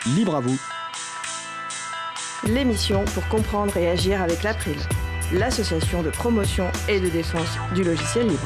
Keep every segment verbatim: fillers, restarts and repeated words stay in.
Libre à vous. L'émission pour comprendre et agir avec l'April, l'association de promotion et de défense du logiciel libre.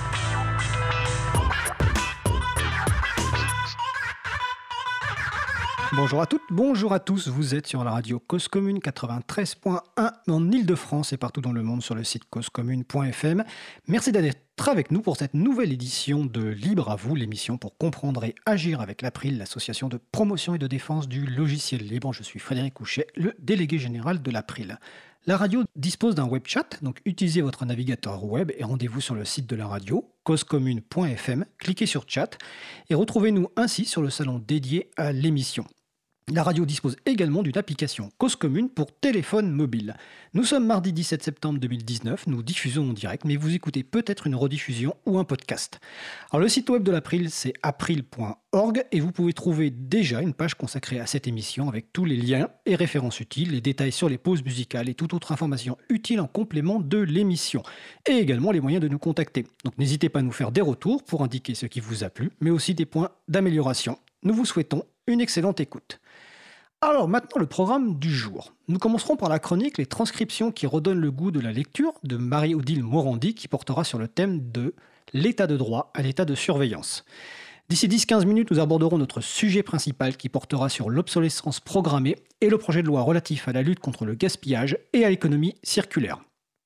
Bonjour à toutes, bonjour à tous, vous êtes sur la radio Cause Commune quatre-vingt-treize point un en Ile-de-France et partout dans le monde sur le site cause commune point f m. Merci d'être avec nous pour cette nouvelle édition de Libre à vous, l'émission pour comprendre et agir avec l'April, l'association de promotion et de défense du logiciel libre. Je suis Frédéric Couchet, le délégué général de l'April. La radio dispose d'un web chat, donc utilisez votre navigateur web et rendez-vous sur le site de la radio, cause commune point f m, cliquez sur chat et retrouvez-nous ainsi sur le salon dédié à l'émission. La radio dispose également d'une application Cause Commune pour téléphone mobile. Nous sommes mardi dix-sept septembre deux mille dix-neuf, nous diffusons en direct, mais vous écoutez peut-être une rediffusion ou un podcast. Alors le site web de l'April, c'est april point org et vous pouvez trouver déjà une page consacrée à cette émission avec tous les liens et références utiles, les détails sur les pauses musicales et toute autre information utile en complément de l'émission. Et également les moyens de nous contacter. Donc n'hésitez pas à nous faire des retours pour indiquer ce qui vous a plu, mais aussi des points d'amélioration. Nous vous souhaitons une excellente écoute. Alors maintenant le programme du jour. Nous commencerons par la chronique « Les transcriptions qui redonnent le goût de la lecture » de Marie-Odile Morandi qui portera sur le thème de l'état de droit à l'état de surveillance. D'ici dix à quinze minutes, nous aborderons notre sujet principal qui portera sur l'obsolescence programmée et le projet de loi relatif à la lutte contre le gaspillage et à l'économie circulaire.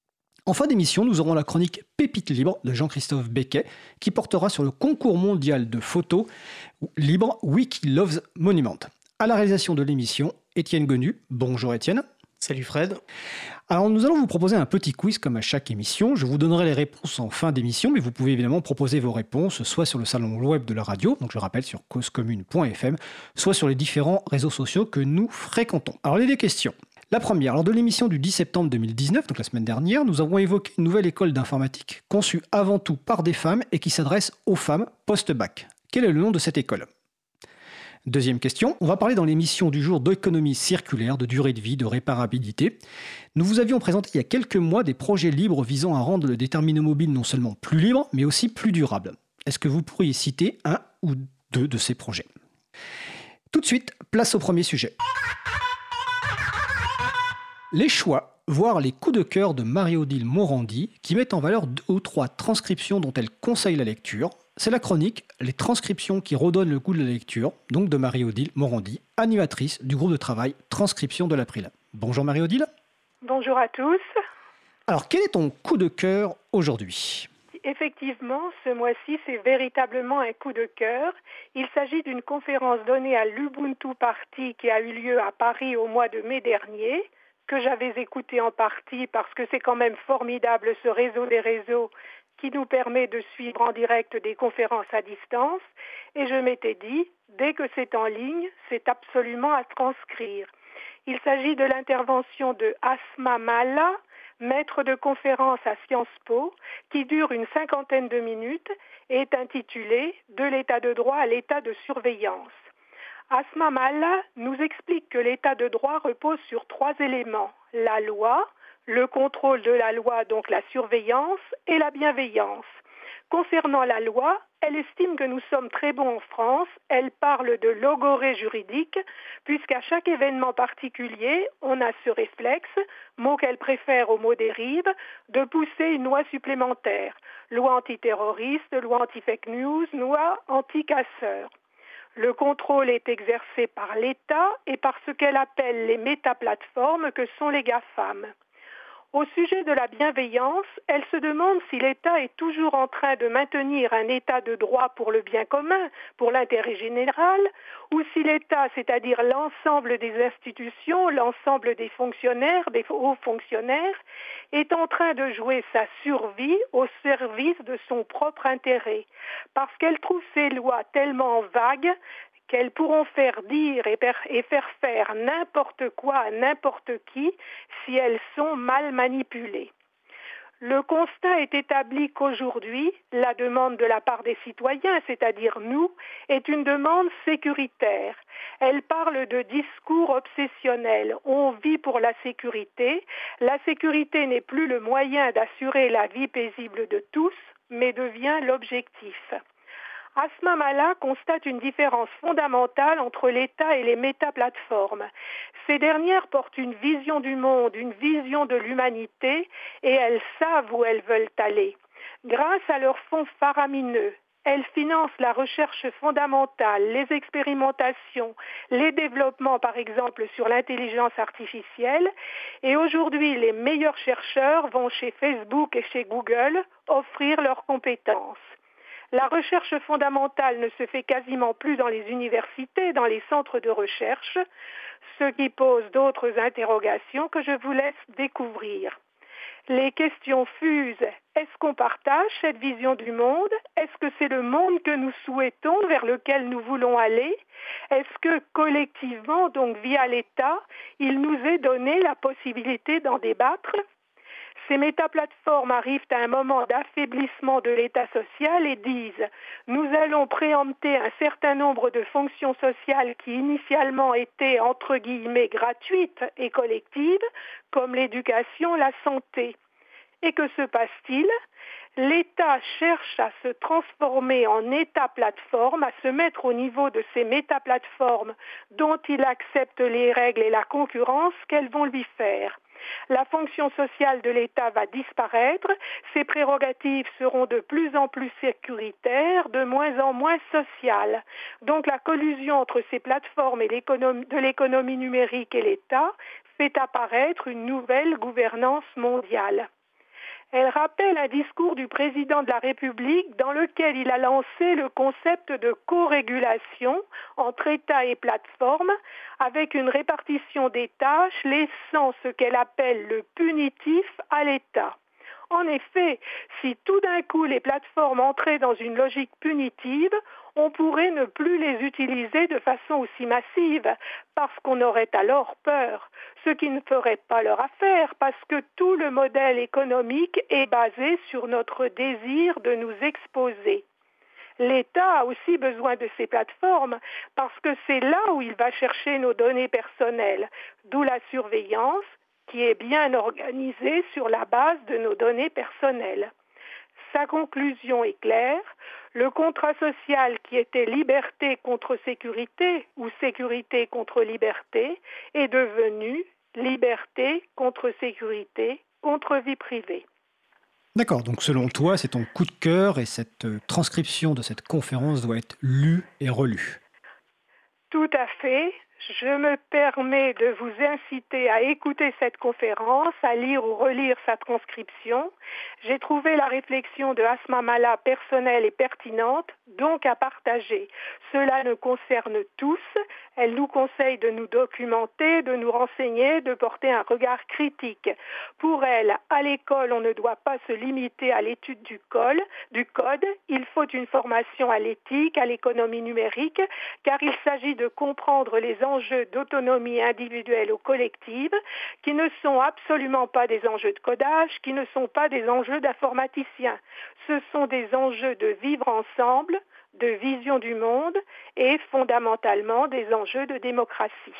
En fin d'émission, nous aurons la chronique Pépites libres de Jean-Christophe Becquet qui portera sur le concours mondial de photos libre Wiki Loves Monument. À la réalisation de l'émission, Étienne Gonu. Bonjour Étienne. Salut Fred. Alors nous allons vous proposer un petit quiz comme à chaque émission. Je vous donnerai les réponses en fin d'émission, mais vous pouvez évidemment proposer vos réponses soit sur le salon web de la radio, donc je rappelle sur cause commune point f m, soit sur les différents réseaux sociaux que nous fréquentons. Alors les deux questions. La première, lors de l'émission du dix septembre deux mille dix-neuf, donc la semaine dernière, nous avons évoqué une nouvelle école d'informatique conçue avant tout par des femmes et qui s'adresse aux femmes post-bac. Quel est le nom de cette école ? Deuxième question, on va parler dans l'émission du jour d'économie circulaire, de durée de vie, de réparabilité. Nous vous avions présenté il y a quelques mois des projets libres visant à rendre le déterminant mobile non seulement plus libre, mais aussi plus durable. Est-ce que vous pourriez citer un ou deux de ces projets ? Tout de suite, place au premier sujet. Les choix, voire les coups de cœur de Marie-Odile Morandi, qui mettent en valeur deux ou trois transcriptions dont elle conseille la lecture. C'est la chronique « Les transcriptions qui redonnent le goût de la lecture », donc de Marie-Odile Morandi, animatrice du groupe de travail Transcription de l'April. Bonjour Marie-Odile. Bonjour à tous. Alors, quel est ton coup de cœur aujourd'hui ? Effectivement, ce mois-ci, c'est véritablement un coup de cœur. Il s'agit d'une conférence donnée à l'Ubuntu Party qui a eu lieu à Paris au mois de mai dernier, que j'avais écouté en partie parce que c'est quand même formidable ce réseau des réseaux qui nous permet de suivre en direct des conférences à distance. Et je m'étais dit, dès que c'est en ligne, c'est absolument à transcrire. Il s'agit de l'intervention de Asma Malla, maître de conférence à Sciences Po, qui dure une cinquantaine de minutes et est intitulée « De l'état de droit à l'état de surveillance ». Asma Malla nous explique que l'état de droit repose sur trois éléments, la loi, le contrôle de la loi, donc la surveillance, et la bienveillance. Concernant la loi, elle estime que nous sommes très bons en France. Elle parle de logorée juridique, puisqu'à chaque événement particulier, on a ce réflexe, mot qu'elle préfère au mot dérive, de pousser une loi supplémentaire. Loi antiterroriste, loi anti-fake news, loi anti-casseurs. Le contrôle est exercé par l'État et par ce qu'elle appelle les métaplateformes que sont les GAFAM. Au sujet de la bienveillance, elle se demande si l'État est toujours en train de maintenir un état de droit pour le bien commun, pour l'intérêt général, ou si l'État, c'est-à-dire l'ensemble des institutions, l'ensemble des fonctionnaires, des hauts fonctionnaires, est en train de jouer sa survie au service de son propre intérêt, parce qu'elle trouve ces lois tellement vagues qu'elles pourront faire dire et faire faire n'importe quoi à n'importe qui si elles sont mal manipulées. Le constat est établi qu'aujourd'hui, la demande de la part des citoyens, c'est-à-dire nous, est une demande sécuritaire. Elle parle de discours obsessionnels. On vit pour la sécurité. La sécurité n'est plus le moyen d'assurer la vie paisible de tous, mais devient l'objectif. Asma Mala constate une différence fondamentale entre l'État et les métaplateformes. Ces dernières portent une vision du monde, une vision de l'humanité, et elles savent où elles veulent aller. Grâce à leurs fonds faramineux, elles financent la recherche fondamentale, les expérimentations, les développements par exemple sur l'intelligence artificielle. Et aujourd'hui, les meilleurs chercheurs vont chez Facebook et chez Google offrir leurs compétences. La recherche fondamentale ne se fait quasiment plus dans les universités, dans les centres de recherche, ce qui pose d'autres interrogations que je vous laisse découvrir. Les questions fusent. Est-ce qu'on partage cette vision du monde? Est-ce que c'est le monde que nous souhaitons, vers lequel nous voulons aller? Est-ce que collectivement, donc via l'État, il nous est donné la possibilité d'en débattre? Ces métaplateformes arrivent à un moment d'affaiblissement de l'État social et disent « Nous allons préempter un certain nombre de fonctions sociales qui initialement étaient entre guillemets gratuites et collectives, comme l'éducation, la santé. » Et que se passe-t-il? L'État cherche à se transformer en État-plateforme, à se mettre au niveau de ces métaplateformes dont il accepte les règles et la concurrence qu'elles vont lui faire. La fonction sociale de l'État va disparaître, ses prérogatives seront de plus en plus sécuritaires, de moins en moins sociales. Donc la collusion entre ces plateformes et l'économie, de l'économie numérique et l'État fait apparaître une nouvelle gouvernance mondiale. Elle rappelle un discours du président de la République dans lequel il a lancé le concept de co-régulation entre État et plateforme avec une répartition des tâches laissant ce qu'elle appelle le punitif à l'État. En effet, si tout d'un coup les plateformes entraient dans une logique punitive, on pourrait ne plus les utiliser de façon aussi massive, parce qu'on aurait alors peur, ce qui ne ferait pas leur affaire, parce que tout le modèle économique est basé sur notre désir de nous exposer. L'État a aussi besoin de ces plateformes, parce que c'est là où il va chercher nos données personnelles, d'où la surveillance, qui est bien organisée sur la base de nos données personnelles. Sa conclusion est claire, le contrat social qui était liberté contre sécurité ou sécurité contre liberté est devenu liberté contre sécurité contre vie privée. D'accord, donc selon toi, c'est ton coup de cœur et cette transcription de cette conférence doit être lue et relue. Tout à fait. Je me permets de vous inciter à écouter cette conférence, à lire ou relire sa transcription. J'ai trouvé la réflexion de Asma Mala personnelle et pertinente, donc à partager. Cela nous concerne tous. Elle nous conseille de nous documenter, de nous renseigner, de porter un regard critique. Pour elle, à l'école, on ne doit pas se limiter à l'étude du code. Du code. Il faut une formation à l'éthique, à l'économie numérique, car il s'agit de comprendre les enjeux d'autonomie individuelle ou collective, qui ne sont absolument pas des enjeux de codage, qui ne sont pas des enjeux d'informaticiens. Ce sont des enjeux de vivre ensemble, de vision du monde et fondamentalement des enjeux de démocratie.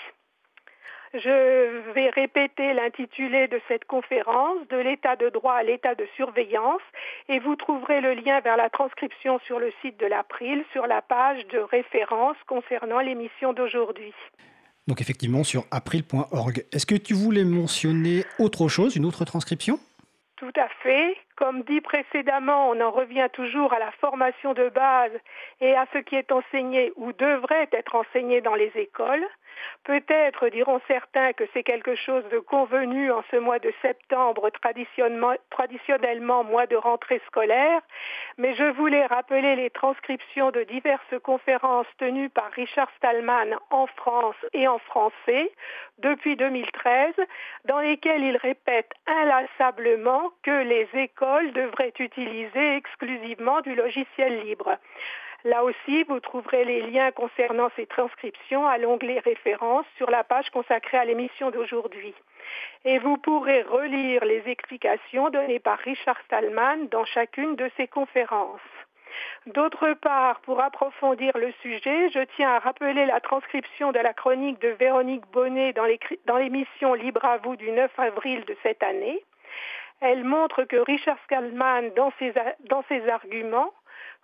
Je vais répéter l'intitulé de cette conférence, de l'état de droit à l'état de surveillance, et vous trouverez le lien vers la transcription sur le site de l'April, sur la page de référence concernant l'émission d'aujourd'hui. Donc effectivement sur april point org. Est-ce que tu voulais mentionner autre chose, une autre transcription ? Tout à fait. Comme dit précédemment, on en revient toujours à la formation de base et à ce qui est enseigné ou devrait être enseigné dans les écoles. Peut-être diront certains que c'est quelque chose de convenu en ce mois de septembre, traditionnellement, traditionnellement mois de rentrée scolaire, mais je voulais rappeler les transcriptions de diverses conférences tenues par Richard Stallman en France et en français depuis deux mille treize, dans lesquelles il répète inlassablement que les écoles devraient utiliser exclusivement du logiciel libre. Là aussi, vous trouverez les liens concernant ces transcriptions à l'onglet références sur la page consacrée à l'émission d'aujourd'hui. Et vous pourrez relire les explications données par Richard Stallman dans chacune de ces conférences. D'autre part, pour approfondir le sujet, je tiens à rappeler la transcription de la chronique de Véronique Bonnet dans, dans l'émission Libre à vous du neuf avril de cette année. Elle montre que Richard Stallman, dans ses, dans ses arguments,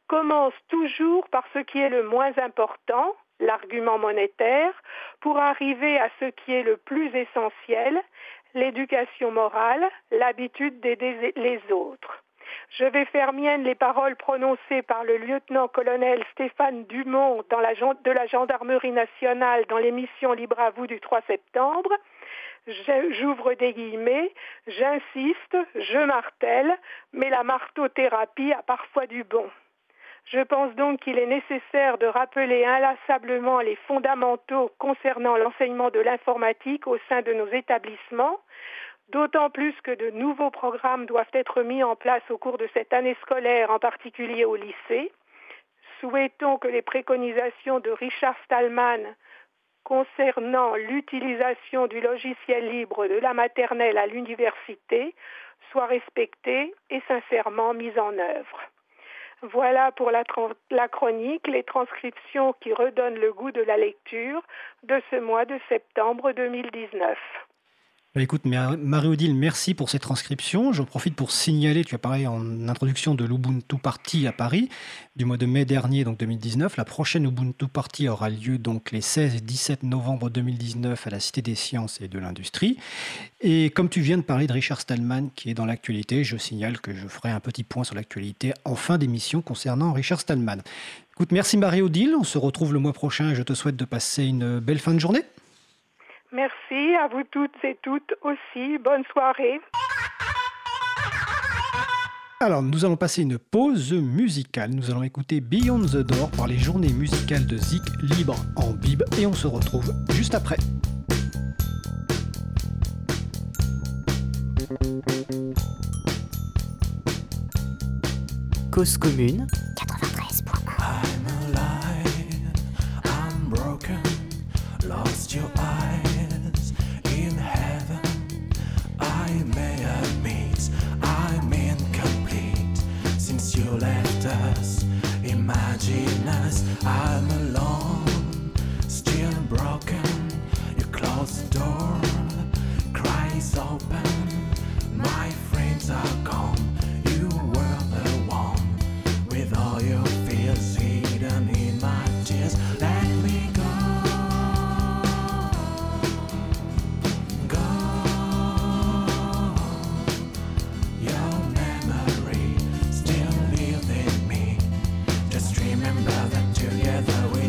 commence toujours par ce qui est le moins important, l'argument monétaire, pour arriver à ce qui est le plus essentiel, l'éducation morale, l'habitude d'aider les autres. Je vais faire miennes les paroles prononcées par le lieutenant-colonel Stéphane Dumont dans la, de la Gendarmerie nationale dans l'émission Libre à vous du trois septembre. J'ouvre des guillemets, j'insiste, je martèle, mais la marteau-thérapie a parfois du bon. Je pense donc qu'il est nécessaire de rappeler inlassablement les fondamentaux concernant l'enseignement de l'informatique au sein de nos établissements, d'autant plus que de nouveaux programmes doivent être mis en place au cours de cette année scolaire, en particulier au lycée. Souhaitons que les préconisations de Richard Stallman concernant l'utilisation du logiciel libre de la maternelle à l'université soient respectées et sincèrement mises en œuvre. Voilà pour la, tra- la chronique, les transcriptions qui redonnent le goût de la lecture de ce mois de septembre deux mille dix-neuf. Bah écoute, Marie-Odile, merci pour ces transcriptions. Je profite pour signaler, tu as parlé en introduction de l'Ubuntu Party à Paris, du mois de mai dernier, donc deux mille dix-neuf. La prochaine Ubuntu Party aura lieu donc les seize et dix-sept novembre deux mille dix-neuf à la Cité des Sciences et de l'Industrie. Et comme tu viens de parler de Richard Stallman, qui est dans l'actualité, je signale que je ferai un petit point sur l'actualité en fin d'émission concernant Richard Stallman. Écoute, merci Marie-Odile, on se retrouve le mois prochain et je te souhaite de passer une belle fin de journée. Merci à vous toutes et toutes aussi. Bonne soirée. Alors, nous allons passer une pause musicale. Nous allons écouter Beyond the Door par les journées musicales de Zik Libre en Bib et on se retrouve juste après. Cause commune quatre-vingt-treize point un. I'm alive, I'm broken, lost your eyes in heaven. I may admit I'm incomplete since you left us. Imagine us, I'm alone, still broken. You close the door, cries open. My friends are gone. You were the one with all your fears hidden in my tears. Let me go, go. Your memory still lives in me. Just remember that together we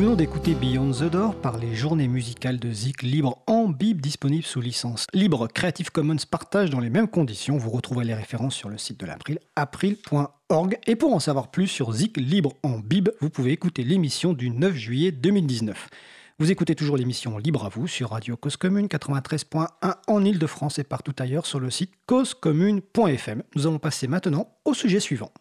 venons d'écouter Beyond the Door par les journées musicales de Zik libre en bib disponible sous licence libre Creative Commons partage dans les mêmes conditions. Vous retrouverez les références sur le site de l'April, april point org. Et pour en savoir plus sur Zik libre en bib, vous pouvez écouter l'émission du neuf juillet deux mille dix-neuf. Vous écoutez toujours l'émission Libre à vous sur Radio Cause Commune quatre-vingt-treize point un en Ile-de-France et partout ailleurs sur le site cause commune point f m. Nous allons passer maintenant au sujet suivant.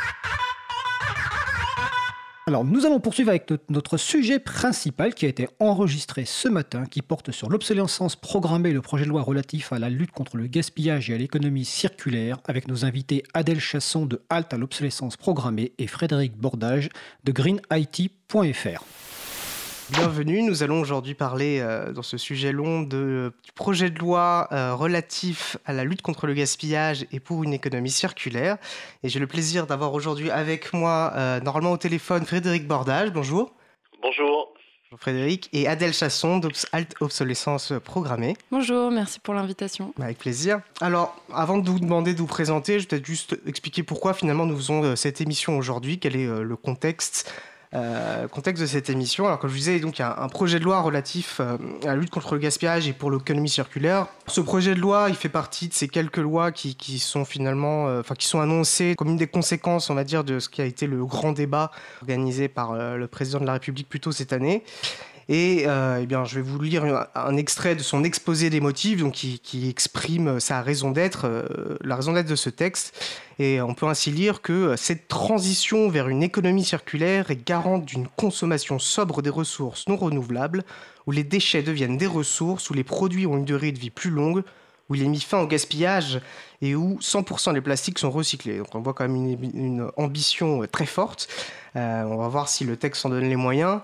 Alors, nous allons poursuivre avec notre sujet principal qui a été enregistré ce matin, qui porte sur l'obsolescence programmée et le projet de loi relatif à la lutte contre le gaspillage et à l'économie circulaire, avec nos invités Adèle Chasson de Halte à l'obsolescence programmée et Frédéric Bordage de green I T point f r. Bienvenue, nous allons aujourd'hui parler euh, dans ce sujet long de, du projet de loi euh, relatif à la lutte contre le gaspillage et pour une économie circulaire. Et j'ai le plaisir d'avoir aujourd'hui avec moi, euh, normalement au téléphone, Frédéric Bordage. Bonjour. Bonjour. Bonjour Frédéric. Et Adèle Chasson d'Halte Obsolescence Programmée. Bonjour, merci pour l'invitation. Avec plaisir. Alors, avant de vous demander de vous présenter, je vais peut-être juste expliquer pourquoi finalement nous faisons euh, cette émission aujourd'hui, quel est euh, le contexte Euh, contexte de cette émission. Alors comme je vous disais, donc, il y a un projet de loi relatif euh, à la lutte contre le gaspillage et pour l'économie circulaire. Ce projet de loi, il fait partie de ces quelques lois qui, qui sont finalement, euh, enfin qui sont annoncées comme une des conséquences, on va dire, de ce qui a été le grand débat organisé par euh, le président de la République plus tôt cette année. Et euh, eh bien, je vais vous lire un, un extrait de son exposé des motifs, donc qui, qui exprime sa raison d'être, euh, la raison d'être de ce texte. Et on peut ainsi lire que cette transition vers une économie circulaire est garante d'une consommation sobre des ressources non renouvelables, où les déchets deviennent des ressources, où les produits ont une durée de vie plus longue, où il est mis fin au gaspillage et où cent pour cent des plastiques sont recyclés. Donc on voit quand même une, une ambition très forte. Euh, on va voir si le texte en donne les moyens.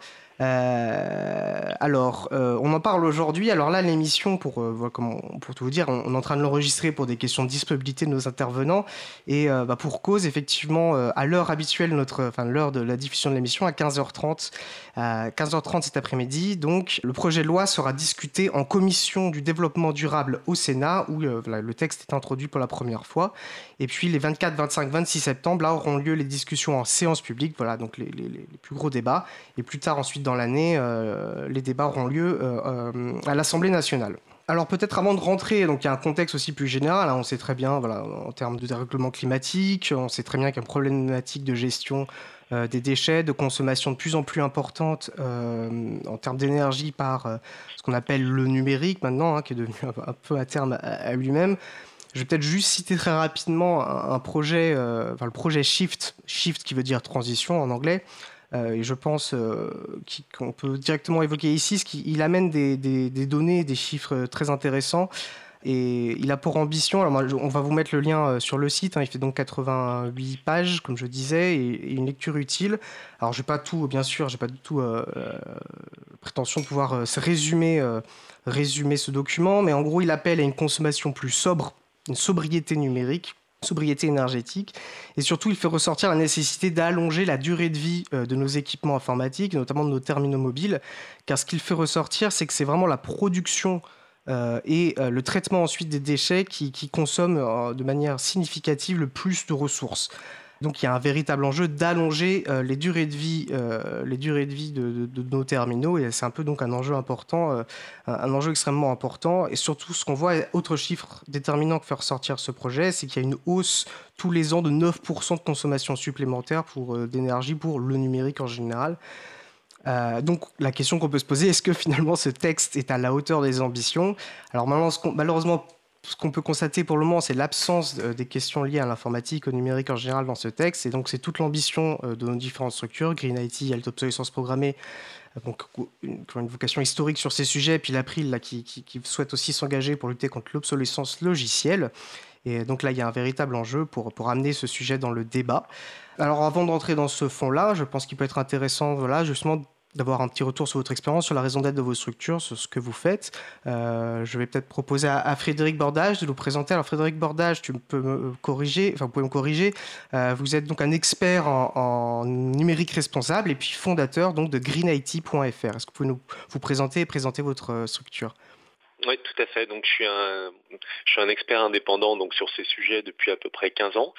Euh, alors, euh, on en parle aujourd'hui. Alors là, l'émission, pour, euh, voilà, comment, pour tout vous dire, on, on est en train de l'enregistrer pour des questions de disponibilité de nos intervenants. Et euh, bah, pour cause, effectivement, euh, à l'heure habituelle, notre, enfin, l'heure de la diffusion de l'émission, à quinze heures trente, à quinze heures trente cet après-midi, donc, le projet de loi sera discuté en commission du développement durable au Sénat, où euh, voilà, le texte est introduit pour la première fois. Et puis, les vingt-quatre, vingt-cinq, vingt-six septembre, là, auront lieu les discussions en séance publique, voilà, donc les, les, les plus gros débats. Et plus tard, ensuite, dans l'année, euh, les débats auront lieu euh, euh, à l'Assemblée nationale. Alors peut-être avant de rentrer, donc il y a un contexte aussi plus général, hein, on sait très bien, voilà, en termes de dérèglement climatique, on sait très bien qu'il y a une problématique de gestion euh, des déchets, de consommation de plus en plus importante euh, en termes d'énergie par euh, ce qu'on appelle le numérique maintenant, hein, qui est devenu un, un peu à terme à, à lui-même. Je vais peut-être juste citer très rapidement un, un projet, euh, enfin le projet Shift, Shift qui veut dire transition en anglais. Euh, et je pense euh, qu'on peut directement évoquer ici, ce qu'il amène des, des, des données, des chiffres très intéressants. Et il a pour ambition, alors moi, on va vous mettre le lien sur le site, hein, il fait donc quatre-vingt-huit pages, comme je disais, et, et une lecture utile. Alors je n'ai pas tout, bien sûr, je n'ai pas du tout euh, euh, prétention de pouvoir euh, résumer, euh, résumer ce document, mais en gros, il appelle à une consommation plus sobre, une sobriété numérique, sobriété énergétique, et surtout il fait ressortir la nécessité d'allonger la durée de vie euh, de nos équipements informatiques, notamment de nos terminaux mobiles, car ce qu'il fait ressortir, c'est que c'est vraiment la production euh, et euh, le traitement ensuite des déchets qui, qui consomment euh, de manière significative le plus de ressources. Donc il y a un véritable enjeu d'allonger euh, les durées de vie, euh, les durées de vie de, de, de nos terminaux, et c'est un peu donc un enjeu important, euh, un, un enjeu extrêmement important. Et surtout, ce qu'on voit, autre chiffre déterminant que fait ressortir ce projet, c'est qu'il y a une hausse tous les ans de neuf pour cent de consommation supplémentaire pour, euh, d'énergie pour le numérique en général. Euh, donc la question qu'on peut se poser, est-ce que finalement ce texte est à la hauteur des ambitions ? Alors malheureusement, ce qu'on peut constater pour le moment, c'est l'absence des questions liées à l'informatique, au numérique en général dans ce texte. Et donc, c'est toute l'ambition de nos différentes structures, green I T, Halte Obsolescence Programmée, donc une, une vocation historique sur ces sujets, puis l'April là, qui, qui, qui souhaite aussi s'engager pour lutter contre l'obsolescence logicielle. Et donc là, il y a un véritable enjeu pour, pour amener ce sujet dans le débat. Alors, avant de rentrer dans ce fond-là, je pense qu'il peut être intéressant, voilà, justement, d'avoir un petit retour sur votre expérience, sur la raison d'être de vos structures, sur ce que vous faites. Euh, je vais peut-être proposer à, à Frédéric Bordage de nous présenter. Alors Frédéric Bordage, tu peux me corriger, enfin vous pouvez me corriger. Euh, vous êtes donc un expert en, en numérique responsable et puis fondateur donc de green I T point f r. Est-ce que vous pouvez nous vous présenter et présenter votre structure ? Oui, tout à fait. Donc, je suis un, je suis un expert indépendant donc sur ces sujets depuis à peu près quinze ans.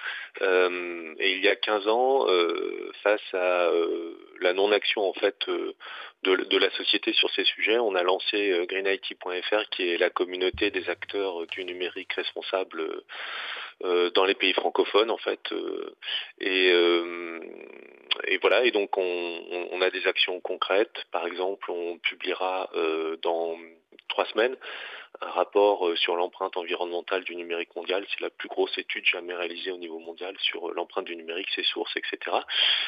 Euh, et il y a quinze ans, euh, face à euh, la non-action en fait euh, de, de la société sur ces sujets. On a lancé euh, green I T point F R, qui est la communauté des acteurs du numérique responsable euh, dans les pays francophones, en fait. Euh, et, euh, et voilà, et donc on, on a des actions concrètes. Par exemple, on publiera euh, dans trois semaines un rapport sur l'empreinte environnementale du numérique mondial. C'est la plus grosse étude jamais réalisée au niveau mondial sur l'empreinte du numérique, ses sources, et cetera.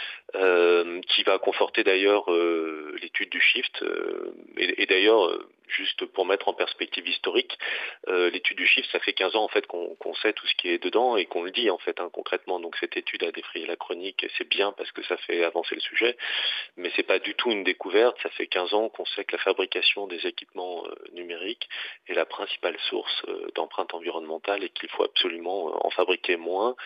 Euh, qui va conforter d'ailleurs euh, l'étude du Shift. Euh, et, et d'ailleurs, euh, juste pour mettre en perspective historique, euh, l'étude du Shift, ça fait quinze ans en fait qu'on, qu'on sait tout ce qui est dedans et qu'on le dit en fait hein, concrètement. Donc cette étude a défrayé la chronique et c'est bien parce que ça fait avancer le sujet, mais c'est pas du tout une découverte. Ça fait quinze ans qu'on sait que la fabrication des équipements euh, numériques est la principale source euh, d'empreinte environnementale et qu'il faut absolument euh, en fabriquer moins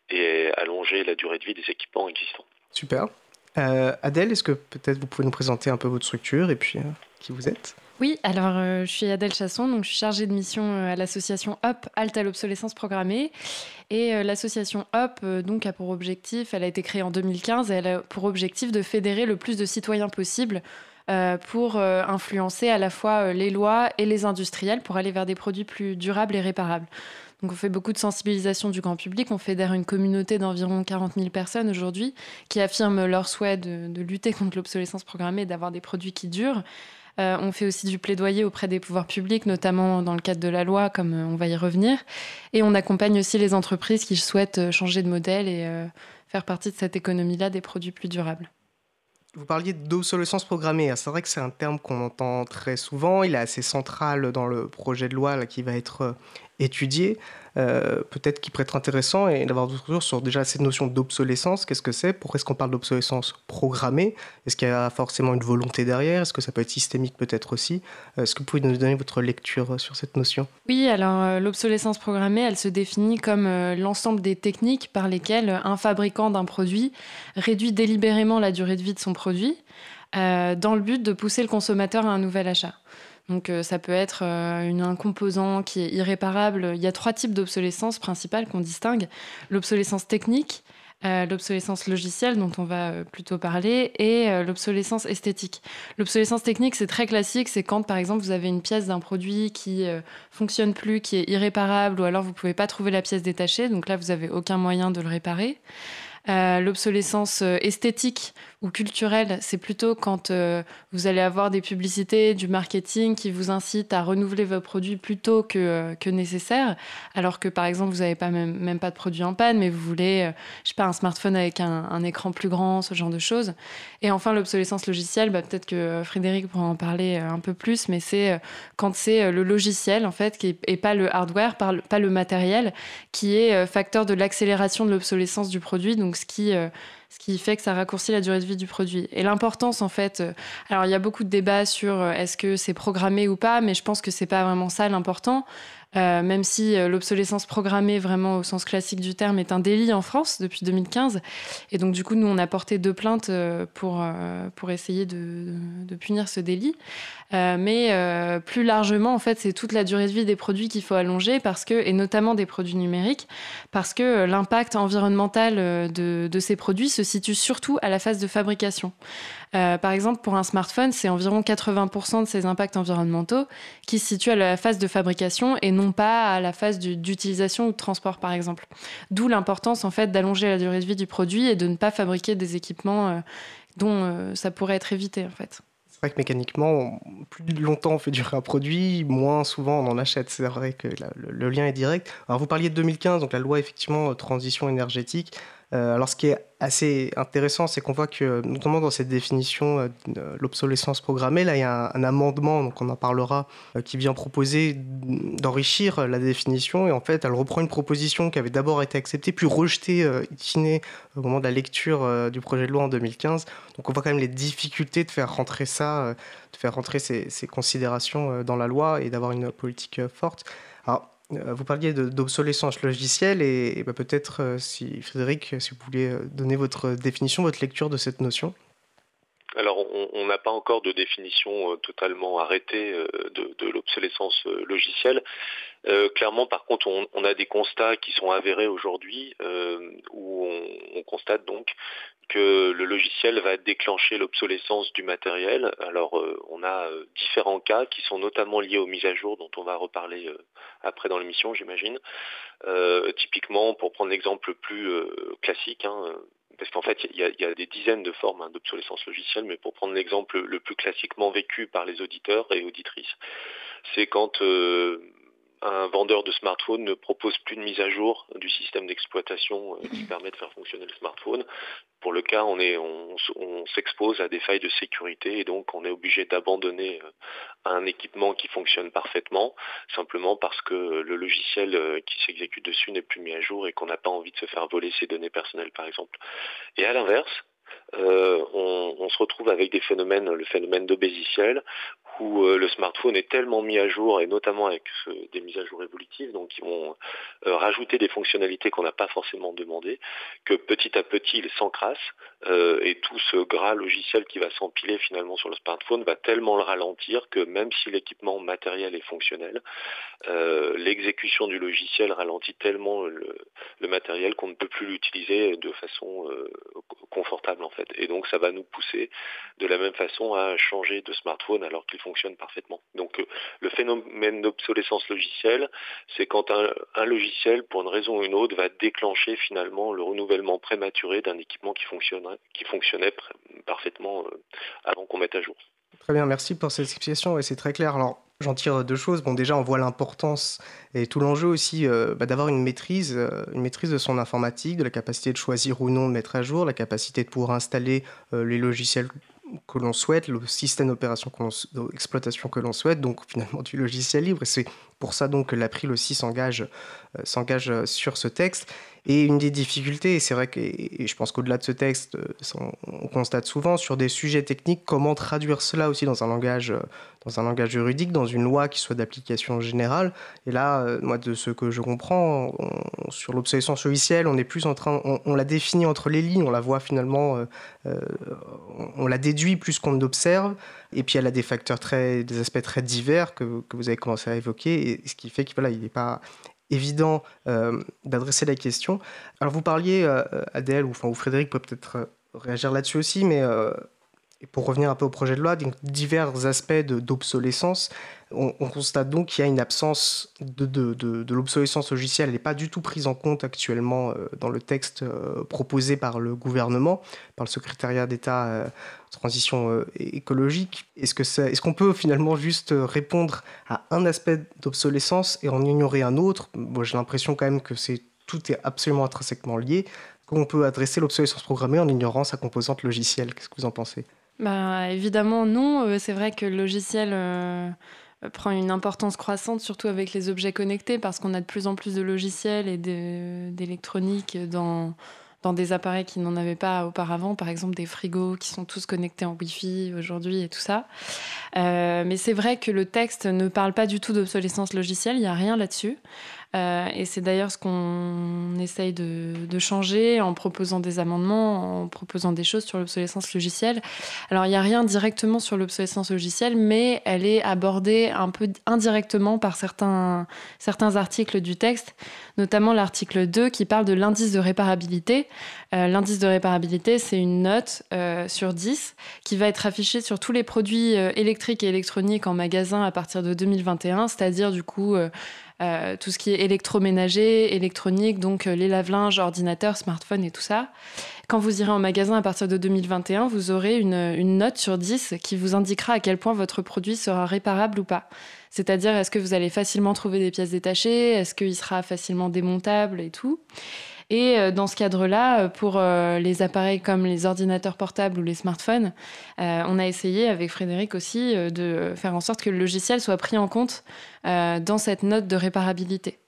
et allonger la durée de vie des équipements existants. Super. Euh, Adèle, est-ce que peut-être vous pouvez nous présenter un peu votre structure et puis euh, qui vous êtes ? Oui, alors euh, je suis Adèle Chasson, donc je suis chargée de mission euh, à l'association Hop, Halte à l'obsolescence programmée. Et euh, l'association Hop euh, donc, a pour objectif, elle a été créée en deux mille quinze, et elle a pour objectif de fédérer le plus de citoyens possible euh, pour euh, influencer à la fois euh, les lois et les industriels pour aller vers des produits plus durables et réparables. Donc on fait beaucoup de sensibilisation du grand public, on fédère une communauté d'environ quarante mille personnes aujourd'hui qui affirment leur souhait de, de lutter contre l'obsolescence programmée et d'avoir des produits qui durent. Euh, on fait aussi du plaidoyer auprès des pouvoirs publics, notamment dans le cadre de la loi, comme euh, on va y revenir. Et on accompagne aussi les entreprises qui souhaitent changer de modèle et euh, faire partie de cette économie-là des produits plus durables. Vous parliez d'obsolescence programmée. C'est vrai que c'est un terme qu'on entend très souvent. Il est assez central dans le projet de loi là, qui va être étudié. Euh, peut-être qu'il pourrait être intéressant et d'avoir d'autres retours sur déjà cette notion d'obsolescence. Qu'est-ce que c'est ? Pourquoi est-ce qu'on parle d'obsolescence programmée ? Est-ce qu'il y a forcément une volonté derrière ? Est-ce que ça peut être systémique peut-être aussi ? Est-ce que vous pouvez nous donner votre lecture sur cette notion ? Oui, alors euh, l'obsolescence programmée, elle se définit comme euh, l'ensemble des techniques par lesquelles un fabricant d'un produit réduit délibérément la durée de vie de son produit euh, dans le but de pousser le consommateur à un nouvel achat. Donc euh, ça peut être euh, une, un composant qui est irréparable. Il y a trois types d'obsolescence principales qu'on distingue. L'obsolescence technique, euh, l'obsolescence logicielle dont on va euh, plutôt parler et euh, l'obsolescence esthétique. L'obsolescence technique, c'est très classique. C'est quand, par exemple, vous avez une pièce d'un produit qui ne euh, fonctionne plus, qui est irréparable ou alors vous ne pouvez pas trouver la pièce détachée. Donc là, vous n'avez aucun moyen de le réparer. Euh, l'obsolescence esthétique ou culturelle, c'est plutôt quand euh, vous allez avoir des publicités, du marketing qui vous incitent à renouveler vos produits plus tôt que, euh, que nécessaire, alors que par exemple vous n'avez pas même, même pas de produit en panne, mais vous voulez, euh, je sais pas, un smartphone avec un, un écran plus grand, ce genre de choses. Et enfin l'obsolescence logicielle, bah, peut-être que Frédéric pourra en parler un peu plus, mais c'est euh, quand c'est le logiciel en fait, qui est, et pas le hardware, pas le matériel, qui est euh, facteur de l'accélération de l'obsolescence du produit, donc ce qui, euh, ce qui fait que ça raccourcit la durée de vie du produit. Et l'importance, en fait, euh, alors il y a beaucoup de débats sur euh, est-ce que c'est programmé ou pas, mais je pense que c'est pas vraiment ça l'important. Euh, même si euh, l'obsolescence programmée, vraiment au sens classique du terme, est un délit en France depuis deux mille quinze. Et donc, du coup, nous, on a porté deux plaintes euh, pour, euh, pour essayer de, de, de punir ce délit. Euh, mais euh, plus largement, en fait, c'est toute la durée de vie des produits qu'il faut allonger, parce que, et notamment des produits numériques, parce que euh, l'impact environnemental de, de ces produits se situe surtout à la phase de fabrication. Euh, par exemple, pour un smartphone, c'est environ quatre-vingts pour cent de ces impacts environnementaux qui se situent à la phase de fabrication et non pas à la phase du, d'utilisation ou de transport, par exemple. D'où l'importance, en fait, d'allonger la durée de vie du produit et de ne pas fabriquer des équipements euh, dont euh, ça pourrait être évité, en fait. C'est vrai que mécaniquement, plus longtemps on fait durer un produit, moins souvent on en achète. C'est vrai que la, le, le lien est direct. Alors vous parliez de deux mille quinze, donc la loi effectivement transition énergétique. Euh, alors ce qui est assez intéressant, c'est qu'on voit que notamment dans cette définition euh, de l'obsolescence programmée, là il y a un, un amendement, donc on en parlera, euh, qui vient proposer d'enrichir la définition. Et en fait, elle reprend une proposition qui avait d'abord été acceptée, puis rejetée euh, in fine au moment de la lecture euh, du projet de loi en deux mille quinze. Donc on voit quand même les difficultés de faire rentrer ça, euh, de faire rentrer ces, ces considérations euh, dans la loi et d'avoir une politique euh, forte. Alors, vous parliez de, d'obsolescence logicielle et, et bah peut-être, euh, si Frédéric, si vous voulez donner votre définition, votre lecture de cette notion. Alors, on n'a pas encore de définition euh, totalement arrêtée euh, de, de l'obsolescence euh, logicielle. Euh, clairement, par contre, on, on a des constats qui sont avérés aujourd'hui euh, où on, on constate donc que le logiciel va déclencher l'obsolescence du matériel. Alors, euh, on a euh, différents cas qui sont notamment liés aux mises à jour, dont on va reparler euh, après dans l'émission, j'imagine. Euh, typiquement, pour prendre l'exemple le plus euh, classique, hein, parce qu'en fait, il y, y a des dizaines de formes hein, d'obsolescence logicielle, mais pour prendre l'exemple le plus classiquement vécu par les auditeurs et auditrices, c'est quand euh, un vendeur de smartphone ne propose plus de mise à jour du système d'exploitation euh, qui permet de faire fonctionner le smartphone. Pour le cas, on, est, on, on s'expose à des failles de sécurité et donc on est obligé d'abandonner euh, un équipement qui fonctionne parfaitement, simplement parce que le logiciel euh, qui s'exécute dessus n'est plus mis à jour et qu'on n'a pas envie de se faire voler ses données personnelles, par exemple. Et à l'inverse, Euh, on, on se retrouve avec des phénomènes, le phénomène d'obésiciel, où euh, le smartphone est tellement mis à jour, et notamment avec euh, des mises à jour évolutives, donc qui vont euh, rajouter des fonctionnalités qu'on n'a pas forcément demandées, que petit à petit il s'encrasse, euh, et tout ce gras logiciel qui va s'empiler finalement sur le smartphone va tellement le ralentir que même si l'équipement matériel est fonctionnel, euh, l'exécution du logiciel ralentit tellement le, le matériel qu'on ne peut plus l'utiliser de façon euh, confortable en fait. Et donc ça va nous pousser de la même façon à changer de smartphone alors qu'il fonctionne parfaitement. Donc euh, le phénomène d'obsolescence logicielle, c'est quand un, un logiciel, pour une raison ou une autre, va déclencher finalement le renouvellement prématuré d'un équipement qui fonctionnait, qui fonctionnait pr- parfaitement euh, avant qu'on mette à jour. Très bien, merci pour cette explication, ouais, c'est très clair. Alors, j'en tire deux choses. Bon, déjà, on voit l'importance et tout l'enjeu aussi euh, bah, d'avoir une maîtrise, euh, une maîtrise de son informatique, de la capacité de choisir ou non de mettre à jour, la capacité de pouvoir installer euh, les logiciels que l'on souhaite, le système d'opération que l'on, d'exploitation que l'on souhaite, donc finalement du logiciel libre. Et c'est pour ça donc que l'April aussi s'engage, euh, s'engage sur ce texte. Et une des difficultés, et c'est vrai que et je pense qu'au-delà de ce texte, euh, on, on constate souvent sur des sujets techniques comment traduire cela aussi dans un langage, euh, dans un langage juridique, dans une loi qui soit d'application générale. Et là, euh, moi, de ce que je comprends, on, sur l'obsolescence logicielle, on est plus en train, on, on la définit entre les lignes, on la voit finalement, euh, euh, on, on la déduit plus qu'on ne l'observe. Et puis elle a des facteurs très, des aspects très divers que, que vous avez commencé à évoquer, et ce qui fait qu'il voilà, il n'est pas évident euh, d'adresser la question. Alors vous parliez, euh, Adèle, ou, enfin, ou Frédéric peut peut-être euh, réagir là-dessus aussi, mais euh, pour revenir un peu au projet de loi, donc, divers aspects de, d'obsolescence, on, on constate donc qu'il y a une absence de, de, de, de l'obsolescence logicielle. Elle n'est pas du tout prise en compte actuellement euh, dans le texte euh, proposé par le gouvernement, par le secrétariat d'État euh, transition euh, écologique. Est-ce, que ça, est-ce qu'on peut finalement juste répondre à un aspect d'obsolescence et en ignorer un autre ? Bon, j'ai l'impression quand même que c'est, tout est absolument intrinsèquement lié. Qu'on peut adresser l'obsolescence programmée en ignorant sa composante logicielle. Qu'est-ce que vous en pensez ? Bah, évidemment, non. C'est vrai que le logiciel euh, prend une importance croissante, surtout avec les objets connectés, parce qu'on a de plus en plus de logiciels et de, d'électronique dans, dans des appareils qui n'en avaient pas auparavant. Par exemple, des frigos qui sont tous connectés en Wi-Fi aujourd'hui et tout ça. Euh, mais c'est vrai que le texte ne parle pas du tout d'obsolescence logicielle. Il n'y a rien là-dessus. Euh, et c'est d'ailleurs ce qu'on essaye de, de changer en proposant des amendements, en proposant des choses sur l'obsolescence logicielle. Alors, il n'y a rien directement sur l'obsolescence logicielle, mais elle est abordée un peu indirectement par certains, certains articles du texte, notamment l'article deux qui parle de l'indice de réparabilité. Euh, l'indice de réparabilité, c'est une note euh, sur dix qui va être affichée sur tous les produits euh, électriques et électroniques en magasin à partir de deux mille vingt et un, c'est-à-dire du coup... Euh, Euh, tout ce qui est électroménager, électronique, donc euh, les lave-linges, ordinateurs, smartphones et tout ça. Quand vous irez en magasin à partir de deux mille vingt et un, vous aurez une, une note sur dix qui vous indiquera à quel point votre produit sera réparable ou pas. C'est-à-dire, est-ce que vous allez facilement trouver des pièces détachées ? Est-ce qu'il sera facilement démontable et tout ? Et dans ce cadre-là, pour les appareils comme les ordinateurs portables ou les smartphones, on a essayé avec Frédéric aussi de faire en sorte que le logiciel soit pris en compte dans cette note de réparabilité.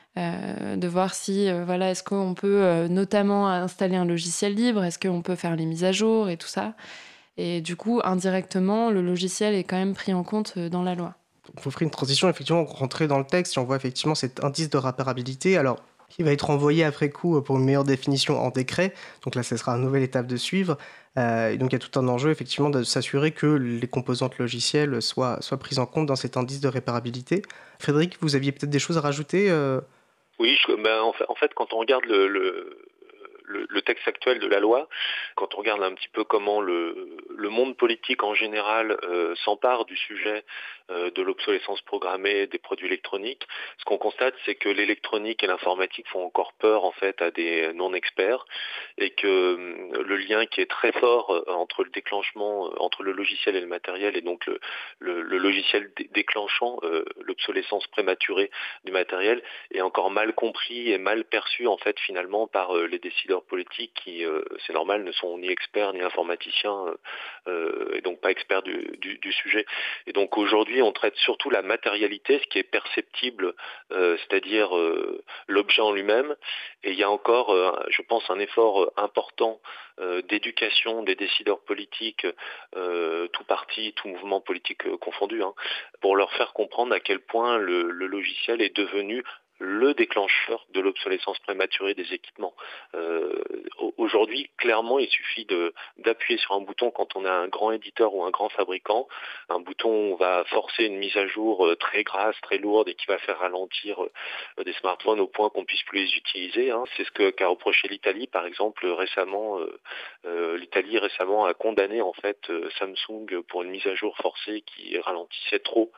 De voir si, voilà, est-ce qu'on peut notamment installer un logiciel libre, est-ce qu'on peut faire les mises à jour et tout ça. Et du coup, indirectement, le logiciel est quand même pris en compte dans la loi. On faut faire une transition, effectivement, rentrer dans le texte, si on voit effectivement cet indice de réparabilité. Alors, qui va être envoyé après coup pour une meilleure définition en décret. Donc là, ce sera une nouvelle étape de suivre. Euh, et donc, il y a tout un enjeu, effectivement, de s'assurer que les composantes logicielles soient, soient prises en compte dans cet indice de réparabilité. Frédéric, vous aviez peut-être des choses à rajouter euh... Oui, je, ben, en, fait, en fait, quand on regarde le, le, le, le texte actuel de la loi, quand on regarde un petit peu comment le, le monde politique en général euh, s'empare du sujet euh, de l'obsolescence programmée des produits électroniques, ce qu'on constate, c'est que l'électronique et l'informatique font encore peur en fait à des non-experts et que euh, le lien qui est très fort euh, entre le déclenchement, euh, entre le logiciel et le matériel, et donc le, le, le logiciel dé- déclenchant euh, l'obsolescence prématurée du matériel, est encore mal compris et mal perçu en fait finalement par euh, les décideurs politiques qui, euh, c'est normal, ne sont ni experts ni informaticiens euh, et donc pas experts du, du, du sujet. Et donc aujourd'hui, on traite surtout la matérialité, ce qui est perceptible, euh, c'est-à-dire euh, l'objet en lui-même. Et il y a encore, euh, je pense, un effort important euh, d'éducation des décideurs politiques, euh, tout parti, tout mouvement politique euh, confondu, hein, pour leur faire comprendre à quel point le, le logiciel est devenu le déclencheur de l'obsolescence prématurée des équipements. Euh, aujourd'hui, clairement, il suffit de, d'appuyer sur un bouton quand on a un grand éditeur ou un grand fabricant. Un bouton va forcer une mise à jour très grasse, très lourde et qui va faire ralentir des smartphones au point qu'on puisse plus les utiliser. Hein. C'est ce que, qu'a reproché l'Italie, par exemple, récemment. Euh, euh, L'Italie récemment a condamné en fait Samsung pour une mise à jour forcée qui ralentissait trop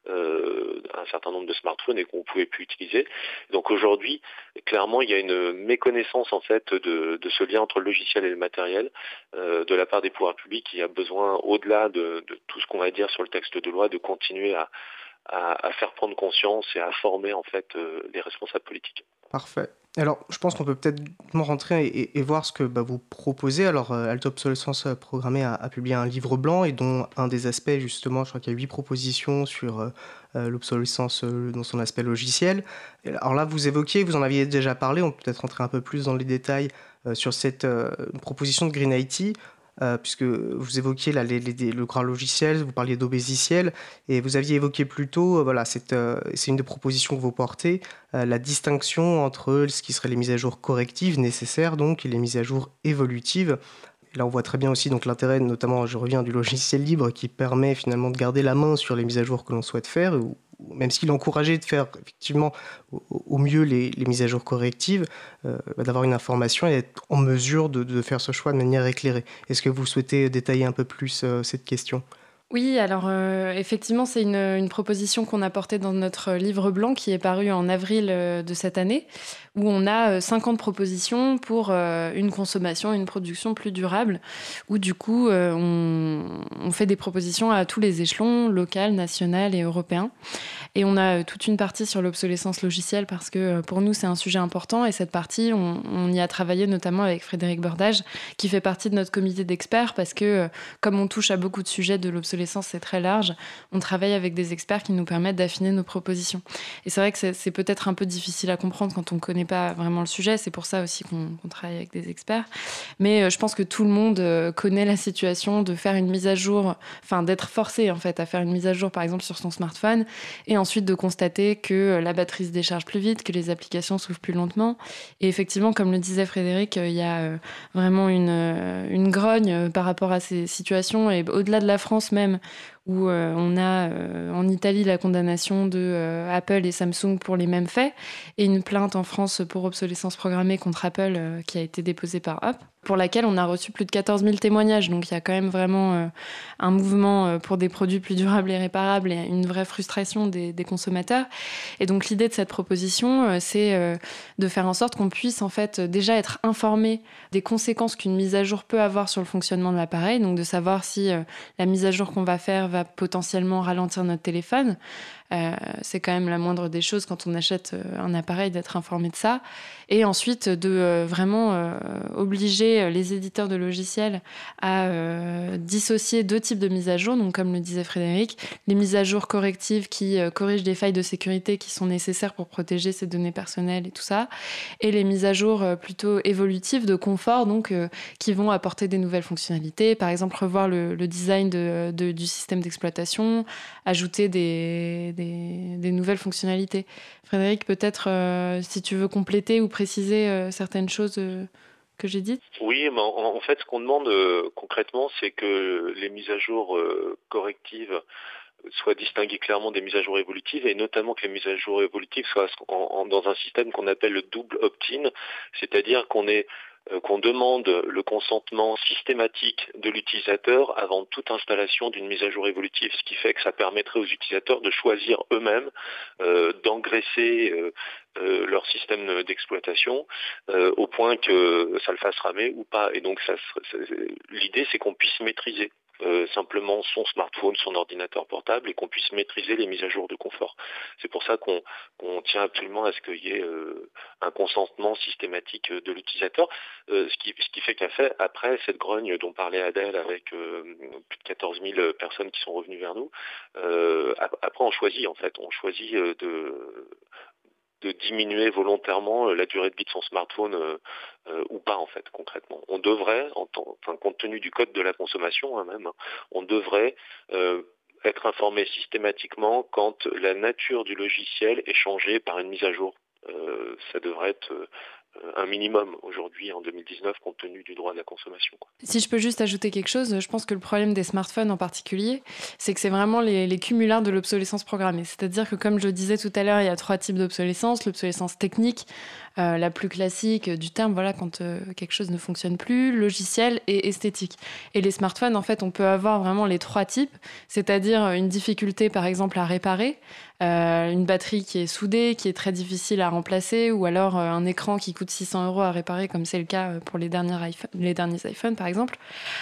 euh, un certain nombre de smartphones et qu'on ne pouvait plus utiliser. Donc aujourd'hui, clairement, il y a une méconnaissance en fait de, de ce lien entre le logiciel et le matériel euh, de la part des pouvoirs publics. Il y a besoin, au-delà de, de tout ce qu'on va dire sur le texte de loi, de continuer à, à, à faire prendre conscience et à former en fait euh, les responsables politiques. Parfait. Alors, je pense qu'on peut peut-être rentrer et, et, et voir ce que bah, vous proposez. Alors, euh, Alto Obsolescence Programmée a, a publié un livre blanc et dont un des aspects, justement, je crois qu'il y a huit propositions sur euh, euh, l'obsolescence euh, dans son aspect logiciel. Et alors là, vous évoquiez, vous en aviez déjà parlé, on peut peut-être rentrer un peu plus dans les détails euh, sur cette euh, proposition de Green I T. Euh, puisque vous évoquiez là, les, les, le grand logiciel, vous parliez d'obésiciel, et vous aviez évoqué plus tôt, euh, voilà, c'est, euh, c'est une des propositions que vous portez, euh, la distinction entre ce qui seraient les mises à jour correctives nécessaires donc, et les mises à jour évolutives. Et là, on voit très bien aussi donc, l'intérêt, notamment, je reviens du logiciel libre, qui permet finalement de garder la main sur les mises à jour que l'on souhaite faire, ou, même s'il est encouragé de faire effectivement au, au mieux les, les mises à jour correctives, euh, d'avoir une information et d'être en mesure de, de faire ce choix de manière éclairée. Est-ce que vous souhaitez détailler un peu plus euh, cette question ? Oui, alors euh, effectivement, c'est une, une proposition qu'on a portée dans notre livre blanc qui est paru en avril euh, de cette année, où on a euh, cinquante propositions pour euh, une consommation, une production plus durable, où du coup, euh, on, on fait des propositions à tous les échelons, local, national et européen. Et on a euh, toute une partie sur l'obsolescence logicielle parce que euh, pour nous, c'est un sujet important. Et cette partie, on, on y a travaillé notamment avec Frédéric Bordage, qui fait partie de notre comité d'experts parce que euh, comme on touche à beaucoup de sujets de l'obsolescence, c'est très large. On travaille avec des experts qui nous permettent d'affiner nos propositions. Et c'est vrai que c'est, c'est peut-être un peu difficile à comprendre quand on ne connaît pas vraiment le sujet. C'est pour ça aussi qu'on, qu'on travaille avec des experts. Mais euh, je pense que tout le monde euh, connaît la situation de faire une mise à jour, enfin d'être forcé en fait à faire une mise à jour par exemple sur son smartphone et ensuite de constater que euh, la batterie se décharge plus vite, que les applications s'ouvrent plus lentement. Et effectivement, comme le disait Frédéric, il euh, y a euh, vraiment une, euh, une grogne euh, par rapport à ces situations et au-delà de la France même, où euh, on a euh, en Italie la condamnation de euh, Apple et Samsung pour les mêmes faits et une plainte en France pour obsolescence programmée contre Apple euh, qui a été déposée par Hop, pour laquelle on a reçu plus de quatorze mille témoignages. Donc il y a quand même vraiment euh, un mouvement euh, pour des produits plus durables et réparables et une vraie frustration des, des consommateurs. Et donc l'idée de cette proposition, euh, c'est euh, de faire en sorte qu'on puisse en fait déjà être informé des conséquences qu'une mise à jour peut avoir sur le fonctionnement de l'appareil, donc de savoir si euh, la mise à jour qu'on va faire va potentiellement ralentir notre téléphone. Euh, c'est quand même la moindre des choses quand on achète un appareil, d'être informé de ça. Et ensuite, de euh, vraiment euh, obliger les éditeurs de logiciels à euh, dissocier deux types de mises à jour. Donc, comme le disait Frédéric, les mises à jour correctives qui euh, corrigent des failles de sécurité qui sont nécessaires pour protéger ses données personnelles et tout ça. Et les mises à jour euh, plutôt évolutives, de confort, donc euh, qui vont apporter des nouvelles fonctionnalités. Par exemple, revoir le, le design de, de, du système d'exploitation, ajouter des, des, des nouvelles fonctionnalités. Frédéric, peut-être euh, si tu veux compléter ou préciser euh, certaines choses euh, que j'ai dites. Oui, mais en, en fait, ce qu'on demande euh, concrètement, c'est que les mises à jour euh, correctives soient distinguées clairement des mises à jour évolutives et notamment que les mises à jour évolutives soient en, en, dans un système qu'on appelle le double opt-in, c'est-à-dire qu'on est euh, qu'on demande le consentement systématique de l'utilisateur avant toute installation d'une mise à jour évolutive, ce qui fait que ça permettrait aux utilisateurs de choisir eux-mêmes euh, d'engraisser euh, euh, leur système d'exploitation euh, au point que ça le fasse ramer ou pas. Et donc ça, ça, l'idée, c'est qu'on puisse maîtriser Euh, simplement son smartphone, son ordinateur portable et qu'on puisse maîtriser les mises à jour de confort. C'est pour ça qu'on, qu'on tient absolument à ce qu'il y ait euh, un consentement systématique de l'utilisateur, euh, ce, qui, ce qui fait qu'après, après cette grogne dont parlait Adèle avec euh, plus de quatorze mille personnes qui sont revenues vers nous, euh, après on choisit en fait, on choisit de de diminuer volontairement la durée de vie de son smartphone euh, euh, ou pas en fait concrètement. On devrait, en temps, enfin, compte tenu du code de la consommation hein, même, hein, on devrait euh, être informé systématiquement quand la nature du logiciel est changée par une mise à jour. Euh, ça devrait être euh, un minimum aujourd'hui en deux mille dix-neuf compte tenu du droit de la consommation, quoi. Si je peux juste ajouter quelque chose, je pense que le problème des smartphones en particulier, c'est que c'est vraiment les, les cumulards de l'obsolescence programmée. C'est-à-dire que comme je le disais tout à l'heure, il y a trois types d'obsolescence. L'obsolescence technique, euh, la plus classique du terme, voilà, quand euh, quelque chose ne fonctionne plus, logiciel et esthétique. Et les smartphones, en fait, on peut avoir vraiment les trois types, c'est-à-dire une difficulté, par exemple, à réparer, euh, une batterie qui est soudée, qui est très difficile à remplacer, ou alors euh, un écran qui coûte six cents euros à réparer, comme c'est le cas pour les derniers, iPhone, les derniers iPhones, par exemple.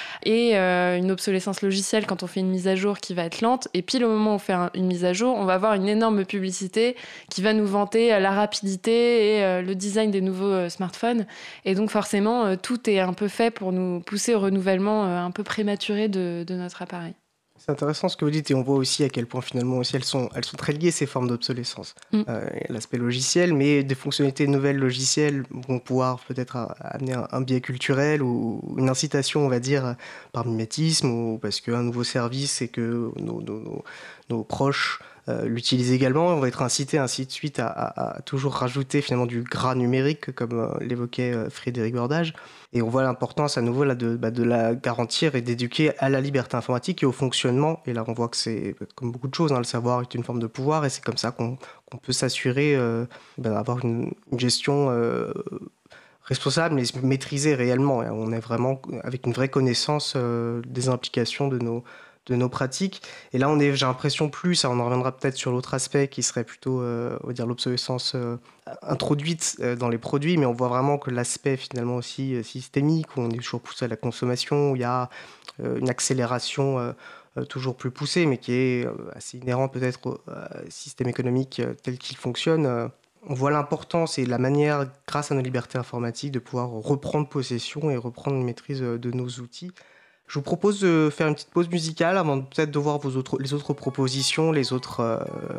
Et euh, une obsolescence logicielle quand on fait une mise à jour qui va être lente. Et pile au moment où on fait un, une mise à jour, on va avoir une énorme publicité qui va nous vanter euh, la rapidité et euh, le design des nouveaux euh, smartphones. Et donc forcément, euh, tout est un peu fait pour nous pousser au renouvellement euh, un peu prématuré de, de notre appareil. C'est intéressant ce que vous dites et on voit aussi à quel point finalement aussi elles sont, elles sont très liées ces formes d'obsolescence. Mm. Euh, l'aspect logiciel, mais des fonctionnalités nouvelles logicielles vont pouvoir peut-être amener un, un biais culturel ou une incitation, on va dire, par mimétisme ou parce qu'un nouveau service et que nos, nos, nos, nos proches euh, l'utilisent également. On va être incité ainsi de suite à, à, à toujours rajouter finalement du gras numérique comme euh, l'évoquait euh, Frédéric Bordage. Et on voit l'importance à nouveau là, de, bah, de la garantir et d'éduquer à la liberté informatique et au fonctionnement. Et là, on voit que c'est comme beaucoup de choses, hein, le savoir est une forme de pouvoir et c'est comme ça qu'on, qu'on peut s'assurer euh, bah, d'avoir une, une gestion euh, responsable mais maîtrisée réellement. On est vraiment avec une vraie connaissance euh, des implications de nos, de nos pratiques. Et là, on est, j'ai l'impression plus, on en reviendra peut-être sur l'autre aspect qui serait plutôt euh, on va dire l'obsolescence euh, introduite euh, dans les produits, mais on voit vraiment que l'aspect finalement aussi euh, systémique, où on est toujours poussé à la consommation, où il y a euh, une accélération euh, euh, toujours plus poussée, mais qui est euh, assez inhérente peut-être au euh, système économique euh, tel qu'il fonctionne. Euh, on voit l'importance et la manière, grâce à nos libertés informatiques, de pouvoir reprendre possession et reprendre une maîtrise euh, de nos outils. Je vous propose de faire une petite pause musicale avant de, peut-être de voir vos autres, les autres propositions, les autres, euh,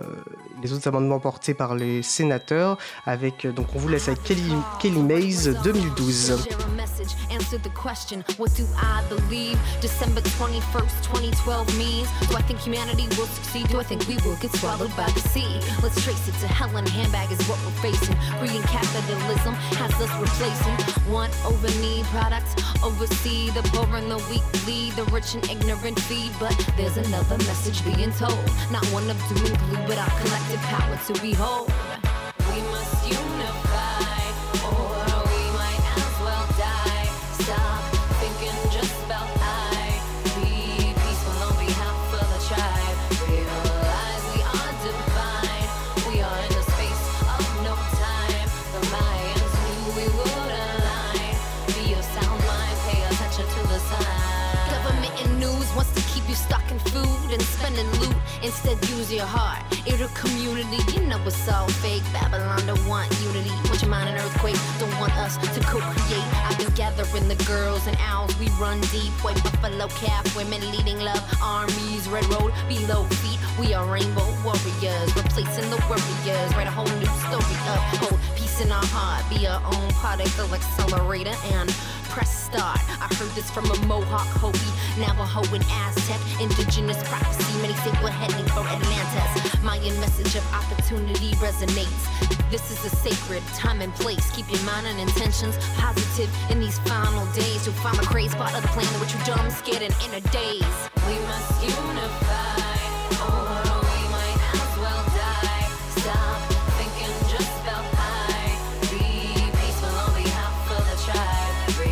les autres amendements portés par les sénateurs. Avec, donc on vous laisse avec Kelly, Kelly Mays deux mille douze. Answer the question, what do I believe? December twenty-first, twenty twelve means, do I think humanity will succeed? Do I think we will get swallowed by the sea? Let's trace it to hell in a handbag is what we're facing. Greed and capitalism has us replacing want over need products, oversee the poor and the weak, lead the rich and ignorant feed. But there's another message being told, not one of doom and gloom, but our collective power to behold. We must unify, or we might as well die. Stop thinking just about I. Be peaceful on behalf of the tribe. Realize we are divine. We are in the space of no time. The Mayans knew we would align. Be your sound mind, pay attention to the sign. Government and news wants to keep you stuck in food and spending loot. Instead, use your heart. It'll community, you know it's all fake. Babylon don't want unity. Want your mind an earthquake, don't want us to co-create. I've been gathering the girls and owls, we run deep. White buffalo calf, women leading love armies. Red road, below feet, we are rainbow warriors. Replacing the warriors, write a whole new story of hope. Peace in our heart, be our own particle accelerator and press start. I heard this from a Mohawk, Hopi, Navajo and Aztec. Indigenous prophecy, many say we're heading for Atlantis. Mayan message of opportunity resonates. This is a sacred time and place. Keep your mind and intentions positive in these final days. You'll find the crazy part of the plan which you're dumb, scared, and in a daze. We must unify, or we might as well die. Stop thinking just about I. Be peaceful on behalf of the tribe.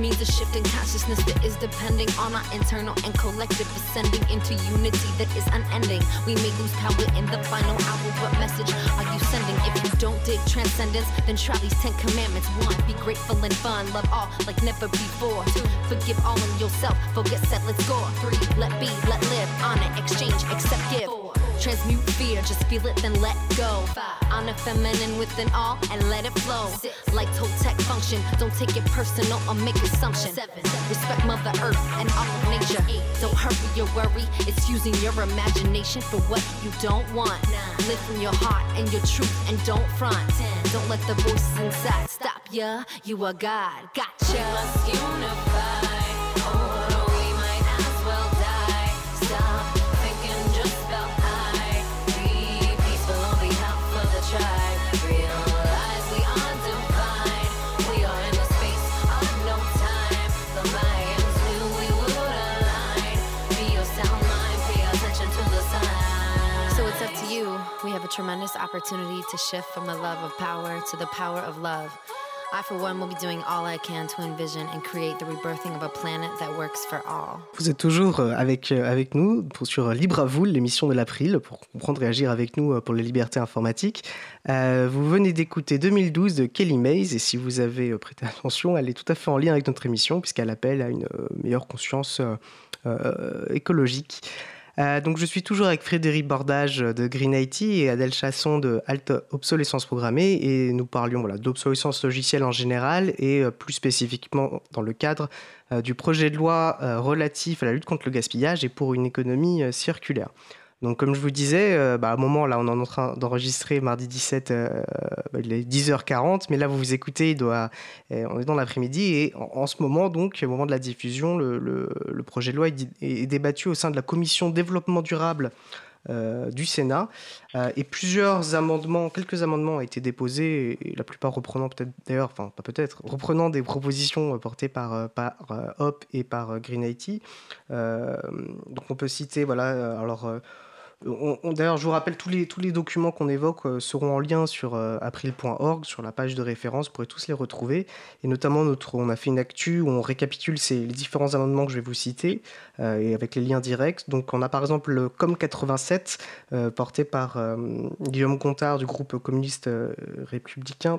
means a shift in consciousness that is depending on our internal and collective ascending into unity that is unending. We may lose power in the final hour. What message are you sending? If you don't dig transcendence, then try these Ten Commandments. One, be grateful and fun, love all like never before. Two, forgive all in yourself, focus, set, let's go. Three, let be, let live, honor, exchange, accept, give. Four, transmute fear, just feel it, then let go. Five, honor feminine within all and let it flow. Six, like Toltec function, don't take it personal or make assumptions. Seven, respect Mother Earth and all of nature. Eight, don't hurry your worry, it's using your imagination for what you don't want. Nine, live from your heart and your truth and don't front. Ten, don't let the voices inside stop ya, you are God, gotcha. We must unify. We have a tremendous opportunity to shift from the love of power to the power of love. I, for one, will be doing all I can to envision and create the rebirthing of a planet that works for all. Vous êtes toujours avec, avec nous pour, sur Libre à vous, l'émission de l'April, pour comprendre et agir avec nous pour les libertés informatiques. Euh, vous venez d'écouter deux mille douze de Kelly Mays, et si vous avez prêté attention, elle est tout à fait en lien avec notre émission, puisqu'elle appelle à une meilleure conscience euh, euh, écologique. Euh, donc je suis toujours avec Frédéric Bordage de Green I T et Adèle Chasson de Halte Obsolescence Programmée, et nous parlions voilà, d'obsolescence logicielle en général et euh, plus spécifiquement dans le cadre euh, du projet de loi euh, relatif à la lutte contre le gaspillage et pour une économie euh, circulaire. Donc comme je vous disais, euh, bah, à un moment là on est en train d'enregistrer mardi dix-sept, euh, bah, il est dix heures quarante, mais là vous vous écoutez, il doit, euh, on est dans l'après-midi, et en, en ce moment donc, au moment de la diffusion, le, le, le projet de loi est, est débattu au sein de la commission développement durable euh, du Sénat, euh, et plusieurs amendements, quelques amendements ont été déposés, et, et la plupart reprenant peut-être d'ailleurs, enfin pas peut-être, reprenant des propositions portées par, par euh, Hop et par euh, Green I T. Euh, donc on peut citer, voilà, alors... Euh, On, on, d'ailleurs, je vous rappelle, tous les, tous les documents qu'on évoque euh, seront en lien sur euh, april point org, sur la page de référence, vous pourrez tous les retrouver. Et notamment, notre, on a fait une actu où on récapitule ces, les différents amendements que je vais vous citer, euh, et avec les liens directs. Donc, on a par exemple le C O M quatre-vingt-sept, euh, porté par euh, Guillaume Gontard du groupe communiste euh, républicain,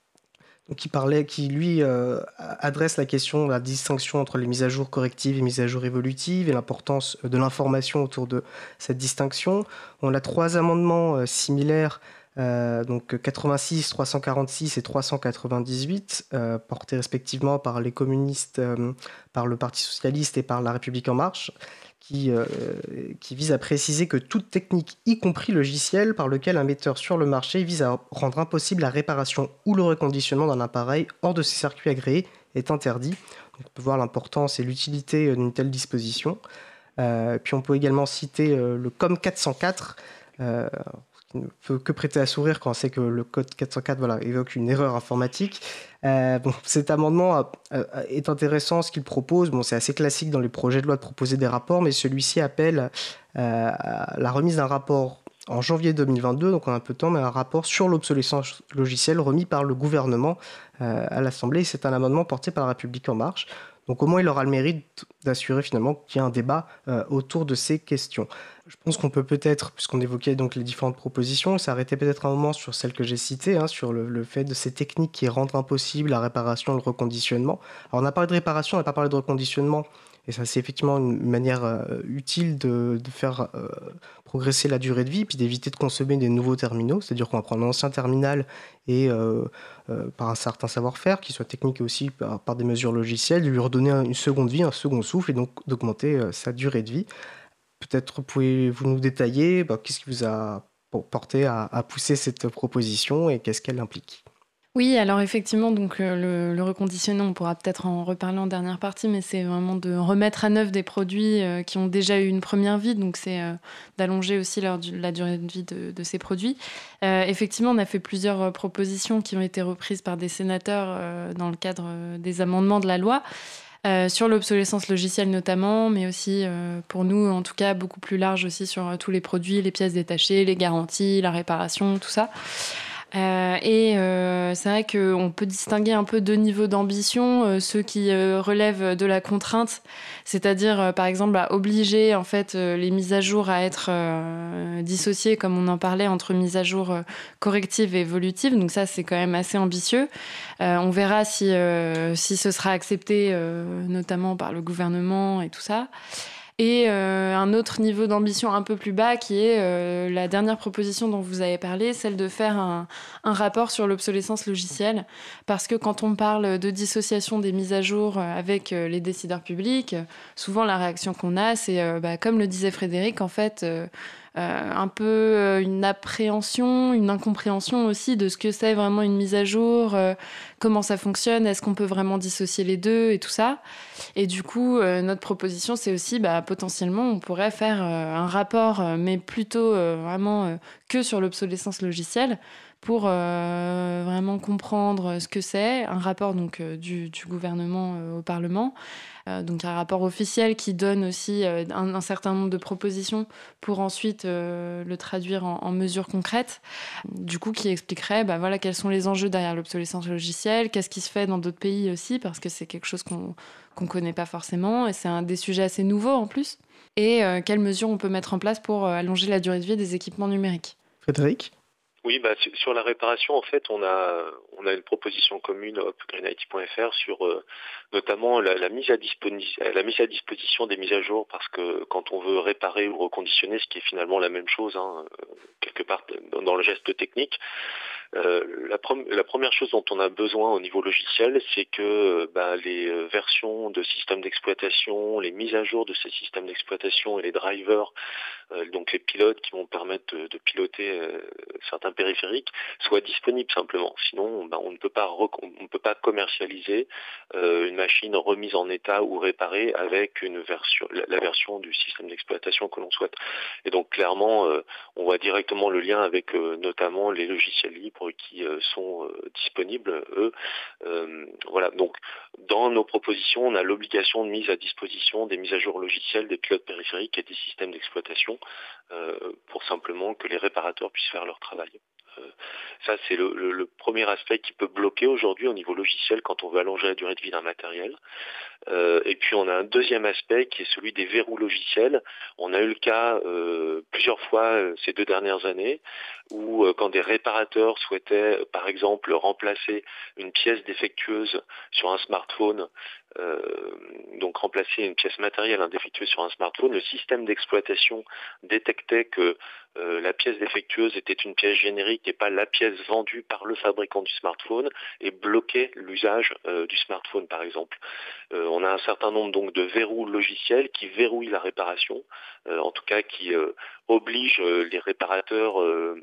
donc qui parlait, qui lui euh, adresse la question de la distinction entre les mises à jour correctives et mises à jour évolutives et l'importance de l'information autour de cette distinction. On a trois amendements euh, similaires, euh, donc quatre-vingt-six, trois cent quarante-six et trois cent quatre-vingt-dix-huit, euh, portés respectivement par les communistes, euh, par le Parti socialiste et par la République en marche, qui, euh, qui vise à préciser que toute technique, y compris logiciel, par lequel un metteur sur le marché vise à rendre impossible la réparation ou le reconditionnement d'un appareil hors de ses circuits agréés est interdit. Donc, on peut voir l'importance et l'utilité d'une telle disposition. Euh, puis on peut également citer euh, le C O M quatre cent quatre, euh, qui ne peut que prêter à sourire quand on sait que le code quatre cent quatre voilà, évoque une erreur informatique. Euh, bon, cet amendement a, a, est intéressant, ce qu'il propose. Bon, c'est assez classique dans les projets de loi de proposer des rapports, mais celui-ci appelle euh, à la remise d'un rapport en janvier deux mille vingt-deux, donc on a un peu de temps, mais un rapport sur l'obsolescence logicielle remis par le gouvernement euh, à l'Assemblée. C'est un amendement porté par la République en marche. Donc au moins, il aura le mérite d'assurer finalement qu'il y a un débat euh, autour de ces questions. Je pense qu'on peut peut-être, puisqu'on évoquait donc les différentes propositions, s'arrêter peut-être un moment sur celle que j'ai citée, hein, sur le, le fait de ces techniques qui rendent impossible la réparation et le reconditionnement. Alors on a parlé de réparation, on n'a pas parlé de reconditionnement, et ça c'est effectivement une manière euh, utile de, de faire euh, progresser la durée de vie, puis d'éviter de consommer des nouveaux terminaux, c'est-à-dire qu'on va prendre un ancien terminal et euh, euh, par un certain savoir-faire, qui soit technique et aussi par, par des mesures logicielles, de lui redonner une seconde vie, un second souffle, et donc d'augmenter euh, sa durée de vie. Peut-être pouvez-vous nous détailler bah, qu'est-ce qui vous a porté à, à pousser cette proposition et qu'est-ce qu'elle implique ? Oui, alors effectivement, donc euh, le, le reconditionnement, on pourra peut-être en reparler en dernière partie, mais c'est vraiment de remettre à neuf des produits euh, qui ont déjà eu une première vie, donc c'est euh, d'allonger aussi leur, la durée de vie de, de ces produits. Euh, effectivement, on a fait plusieurs euh, propositions qui ont été reprises par des sénateurs euh, dans le cadre euh, des amendements de la loi. Euh, sur l'obsolescence logicielle notamment, mais aussi euh, pour nous, en tout cas, beaucoup plus large aussi sur euh, tous les produits, les pièces détachées, les garanties, la réparation, tout ça. Euh, et euh, c'est vrai qu'on peut distinguer un peu deux niveaux d'ambition, euh, ceux qui euh, relèvent de la contrainte, c'est-à-dire euh, par exemple à obliger en fait euh, les mises à jour à être euh, dissociées, comme on en parlait, entre mises à jour euh, correctives et évolutives. Donc ça, c'est quand même assez ambitieux. Euh, on verra si, euh, si ce sera accepté, euh, notamment par le gouvernement et tout ça. Et euh, un autre niveau d'ambition un peu plus bas qui est euh, la dernière proposition dont vous avez parlé, celle de faire un, un rapport sur l'obsolescence logicielle. Parce que quand on parle de dissociation des mises à jour avec euh, les décideurs publics, souvent la réaction qu'on a, c'est, euh, bah, comme le disait Frédéric, en fait, euh, euh, un peu euh, une appréhension, une incompréhension aussi de ce que c'est vraiment une mise à jour, euh, comment ça fonctionne, est-ce qu'on peut vraiment dissocier les deux et tout ça. Et du coup, euh, notre proposition, c'est aussi, bah, potentiellement, on pourrait faire euh, un rapport, euh, mais plutôt euh, vraiment euh, que sur l'obsolescence logicielle, pour euh, vraiment comprendre ce que c'est. Un rapport donc, euh, du, du gouvernement euh, au Parlement. Euh, donc un rapport officiel qui donne aussi euh, un, un certain nombre de propositions pour ensuite euh, le traduire en, en mesures concrètes. Du coup, qui expliquerait bah, voilà, quels sont les enjeux derrière l'obsolescence logicielle, qu'est-ce qui se fait dans d'autres pays aussi, parce que c'est quelque chose qu'on qu'on connaît pas forcément, et c'est un des sujets assez nouveaux en plus, et euh, quelles mesures on peut mettre en place pour euh, allonger la durée de vie des équipements numériques. Frédéric ? Oui, bah, sur la réparation, en fait, on a, on a une proposition commune au green I T point F R sur euh, notamment la, la, mise à disponi- la mise à disposition des mises à jour, parce que quand on veut réparer ou reconditionner, ce qui est finalement la même chose, hein, quelque part dans, dans le geste technique, Euh, la, prom- la première chose dont on a besoin au niveau logiciel, c'est que bah, les versions de systèmes d'exploitation, les mises à jour de ces systèmes d'exploitation et les drivers, euh, donc les pilotes qui vont permettre de, de piloter euh, certains périphériques, soient disponibles simplement. Sinon, bah, on ne peut pas rec- on ne peut pas commercialiser euh, une machine remise en état ou réparée avec une version, la, la version du système d'exploitation que l'on souhaite. Et donc clairement, euh, on voit directement le lien avec euh, notamment les logiciels libres qui euh, sont euh, disponibles, eux. Euh, voilà. Donc, dans nos propositions, on a l'obligation de mise à disposition des mises à jour logicielles, des pilotes périphériques et des systèmes d'exploitation euh, pour simplement que les réparateurs puissent faire leur travail. Euh, ça, c'est le, le, le premier aspect qui peut bloquer aujourd'hui au niveau logiciel quand on veut allonger la durée de vie d'un matériel. Euh, et puis on a un deuxième aspect qui est celui des verrous logiciels. On a eu le cas euh, plusieurs fois euh, ces deux dernières années où euh, quand des réparateurs souhaitaient euh, par exemple remplacer une pièce défectueuse sur un smartphone, euh, donc remplacer une pièce matérielle défectueuse sur un smartphone, le système d'exploitation détectait que euh, la pièce défectueuse était une pièce générique et pas la pièce vendue par le fabricant du smartphone et bloquait l'usage euh, du smartphone par exemple. Euh, on a un certain nombre donc de verrous logiciels qui verrouillent la réparation, euh, en tout cas qui euh, obligent euh, les réparateurs euh,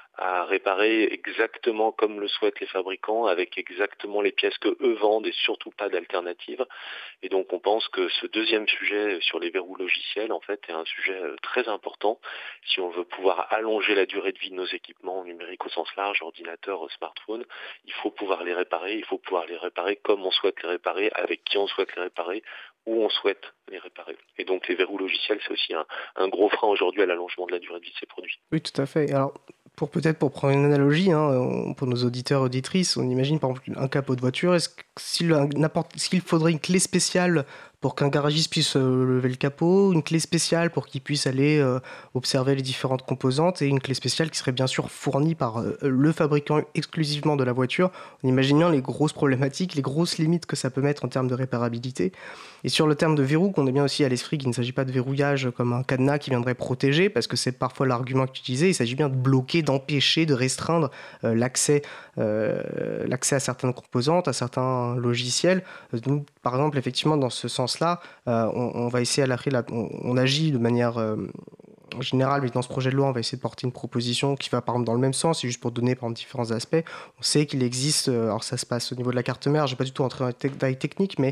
à réparer exactement comme le souhaitent les fabricants, avec exactement les pièces que eux vendent et surtout pas d'alternatives. Et donc on pense que ce deuxième sujet sur les verrous logiciels en fait est un sujet très important si on veut pouvoir allonger la durée de vie de nos équipements numériques au sens large, ordinateurs, smartphones. Il faut pouvoir les réparer, il faut pouvoir les réparer comme on souhaite les réparer, avec qui on souhaite les réparer, où on souhaite les réparer. Et donc les verrous logiciels, c'est aussi un, un gros frein aujourd'hui à l'allongement de la durée de vie de ces produits. Oui, tout à fait. Alors, pour peut-être pour prendre une analogie, hein, pour nos auditeurs auditrices, on imagine par exemple un capot de voiture. Est-ce qu'il, est-ce qu'il faudrait une clé spéciale pour qu'un garagiste puisse euh, lever le capot, une clé spéciale pour qu'il puisse aller euh, observer les différentes composantes et une clé spéciale qui serait bien sûr fournie par euh, le fabricant exclusivement de la voiture. On imagine bien les grosses problématiques, les grosses limites que ça peut mettre en termes de réparabilité. Et sur le terme de verrou, qu'on ait bien aussi à l'esprit qu'il ne s'agit pas de verrouillage comme un cadenas qui viendrait protéger, parce que c'est parfois l'argument utilisé, il s'agit bien de bloquer, d'empêcher, de restreindre euh, l'accès, euh, l'accès à certaines composantes, à certains logiciels. Donc, par exemple, effectivement, dans ce sens-là, euh, on, on va essayer à la, on, on agit de manière euh, générale, mais dans ce projet de loi, on va essayer de porter une proposition qui va par exemple dans le même sens, c'est juste pour donner par exemple différents aspects. On sait qu'il existe, alors ça se passe au niveau de la carte mère, je ne vais pas du tout entrer dans les détails techniques, mais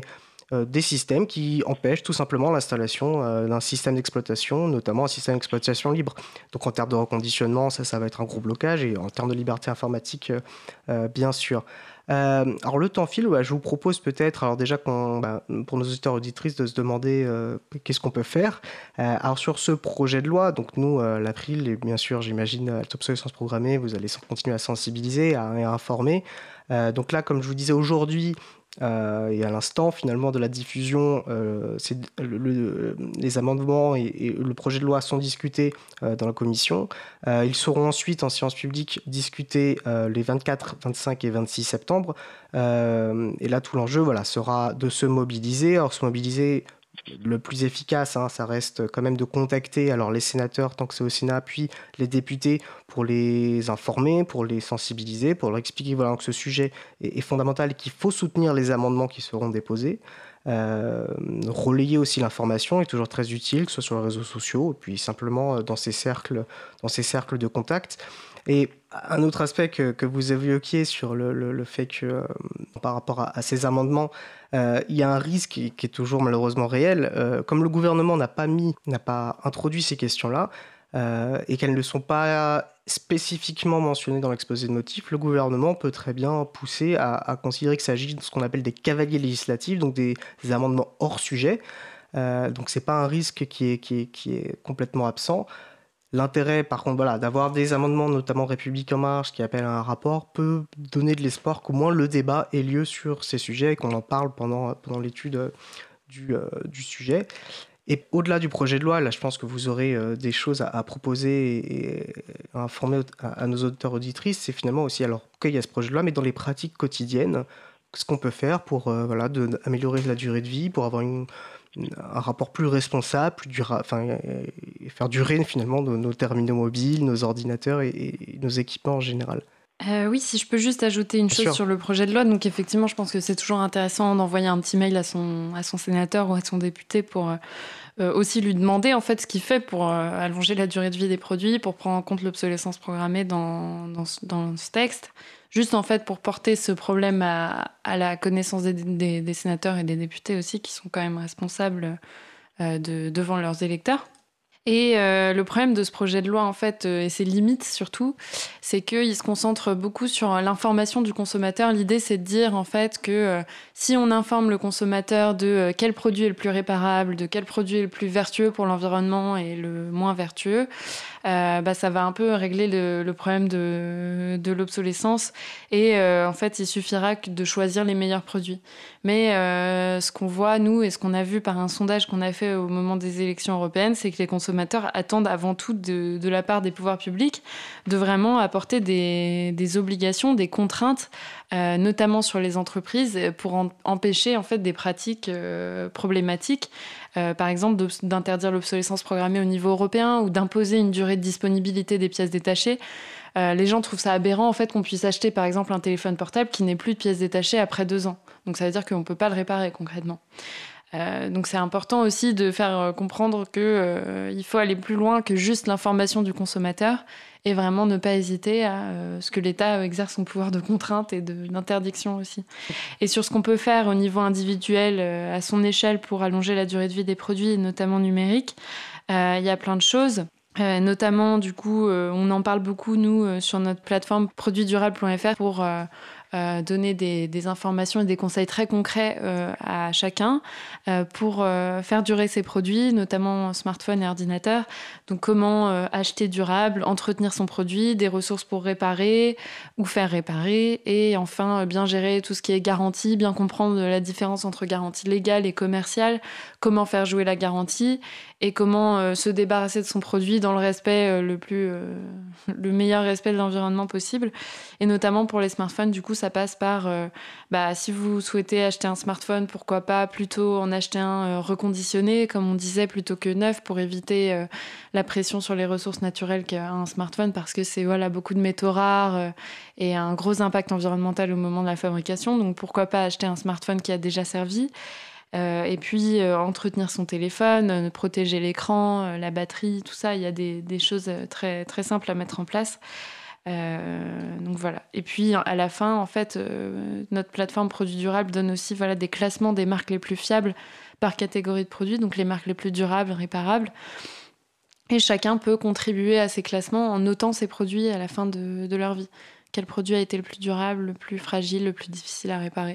euh, des systèmes qui empêchent tout simplement l'installation euh, d'un système d'exploitation, notamment un système d'exploitation libre. Donc en termes de reconditionnement, ça, ça va être un gros blocage, et en termes de liberté informatique, euh, euh, bien sûr. Euh, alors le temps file, ouais, je vous propose peut-être, alors déjà qu'on, bah, pour nos auditeurs auditrices, de se demander euh, qu'est-ce qu'on peut faire. Euh, alors sur ce projet de loi, donc nous, euh, l'April, et bien sûr j'imagine à l'obsolescence programmée, vous allez continuer à sensibiliser, à, à informer. Euh, donc là, comme je vous disais aujourd'hui, Euh, et à l'instant finalement de la diffusion, euh, c'est le, le, les amendements et, et le projet de loi sont discutés euh, dans la commission. Euh, ils seront ensuite en séance publique discutés euh, les vingt-quatre, vingt-cinq et vingt-six septembre. Euh, et là, tout l'enjeu, voilà, sera de se mobiliser. Alors, se mobiliser, le plus efficace, hein, ça reste quand même de contacter alors les sénateurs tant que c'est au Sénat, puis les députés pour les informer, pour les sensibiliser, pour leur expliquer voilà, que ce sujet est, est fondamental et qu'il faut soutenir les amendements qui seront déposés. Euh, relayer aussi l'information est toujours très utile, que ce soit sur les réseaux sociaux, et puis simplement dans ces cercles, dans ces cercles de contact. Et un autre aspect que, que vous évoquiez sur le, le, le fait que euh, par rapport à, à ces amendements, euh, il y a un risque qui, qui est toujours malheureusement réel. Euh, comme le gouvernement n'a pas mis, n'a pas introduit ces questions-là, euh, et qu'elles ne sont pas spécifiquement mentionnées dans l'exposé de motifs, le gouvernement peut très bien pousser à, à considérer qu'il s'agit de ce qu'on appelle des cavaliers législatifs, donc des, des amendements hors sujet. Euh, donc c'est pas un risque qui est, qui est, qui est complètement absent. L'intérêt, par contre, voilà, d'avoir des amendements, notamment République En Marche, qui appellent à un rapport, peut donner de l'espoir qu'au moins le débat ait lieu sur ces sujets et qu'on en parle pendant, pendant l'étude du, euh, du sujet. Et au-delà du projet de loi, là, je pense que vous aurez euh, des choses à, à proposer et, et à informer à, à nos auditeurs auditrices. C'est finalement aussi, alors, qu'il y a ce projet de loi, mais dans les pratiques quotidiennes, ce qu'on peut faire pour euh, voilà, de, améliorer la durée de vie, pour avoir une un rapport plus responsable, plus dura, enfin, et faire durer finalement nos, nos terminaux mobiles, nos ordinateurs et, et nos équipements en général. Euh, oui, si je peux juste ajouter une Bien chose sûr. sur le projet de loi. Donc effectivement, je pense que c'est toujours intéressant d'envoyer un petit mail à son, à son sénateur ou à son député pour euh, aussi lui demander en fait ce qu'il fait pour euh, allonger la durée de vie des produits, pour prendre en compte l'obsolescence programmée dans, dans, ce, dans ce texte. Juste en fait pour porter ce problème à, à la connaissance des, des, des sénateurs et des députés aussi, qui sont quand même responsables euh, de, devant leurs électeurs. Et euh, le problème de ce projet de loi, en fait, euh, et ses limites surtout, c'est qu'il se concentre beaucoup sur l'information du consommateur. L'idée, c'est de dire, en fait, que euh, si on informe le consommateur de euh, quel produit est le plus réparable, de quel produit est le plus vertueux pour l'environnement et le moins vertueux, euh, bah, ça va un peu régler le, le problème de, de l'obsolescence. Et euh, en fait, il suffira de choisir les meilleurs produits. Mais euh, ce qu'on voit, nous, et ce qu'on a vu par un sondage qu'on a fait au moment des élections européennes, c'est que les consommateurs attendent avant tout de, de la part des pouvoirs publics de vraiment apporter des, des obligations, des contraintes, euh, notamment sur les entreprises, pour en, empêcher en fait, des pratiques euh, problématiques. Euh, par exemple, d'interdire l'obsolescence programmée au niveau européen ou d'imposer une durée de disponibilité des pièces détachées. Euh, les gens trouvent ça aberrant en fait, qu'on puisse acheter par exemple un téléphone portable qui n'ait plus de pièces détachées après deux ans. Donc ça veut dire qu'on ne peut pas le réparer concrètement. Euh, donc c'est important aussi de faire comprendre qu'il euh, faut aller plus loin que juste l'information du consommateur et vraiment ne pas hésiter à euh, ce que l'État exerce son pouvoir de contrainte et de, d'interdiction aussi. Et sur ce qu'on peut faire au niveau individuel, euh, à son échelle pour allonger la durée de vie des produits, notamment numériques, euh, il y a plein de choses. Euh, notamment, du coup, euh, on en parle beaucoup, nous, euh, sur notre plateforme produits durables point f r pour euh, euh, donner des, des informations et des conseils très concrets euh, à chacun euh, pour euh, faire durer ces produits, notamment smartphones et ordinateurs. Donc, comment euh, acheter durable, entretenir son produit, des ressources pour réparer ou faire réparer, et enfin, euh, bien gérer tout ce qui est garantie, bien comprendre la différence entre garantie légale et commerciale, comment faire jouer la garantie, et comment euh, se débarrasser de son produit dans le respect euh, le plus euh, le meilleur respect de l'environnement possible. Et notamment pour les smartphones, du coup, ça passe par euh, bah, si vous souhaitez acheter un smartphone, pourquoi pas plutôt en acheter un euh, reconditionné, comme on disait, plutôt que neuf, pour éviter euh, la pression sur les ressources naturelles qu'a un smartphone, parce que c'est voilà, beaucoup de métaux rares euh, et un gros impact environnemental au moment de la fabrication. Donc pourquoi pas acheter un smartphone qui a déjà servi. Euh, et puis euh, entretenir son téléphone, euh, protéger l'écran, euh, la batterie, tout ça. Il y a des, des choses très, très simples à mettre en place. Euh, donc voilà. Et puis à la fin, en fait, euh, notre plateforme Produits Durables donne aussi voilà, des classements des marques les plus fiables par catégorie de produits, donc les marques les plus durables, réparables. Et chacun peut contribuer à ces classements en notant ses produits à la fin de, de leur vie. Quel produit a été le plus durable, le plus fragile, le plus difficile à réparer.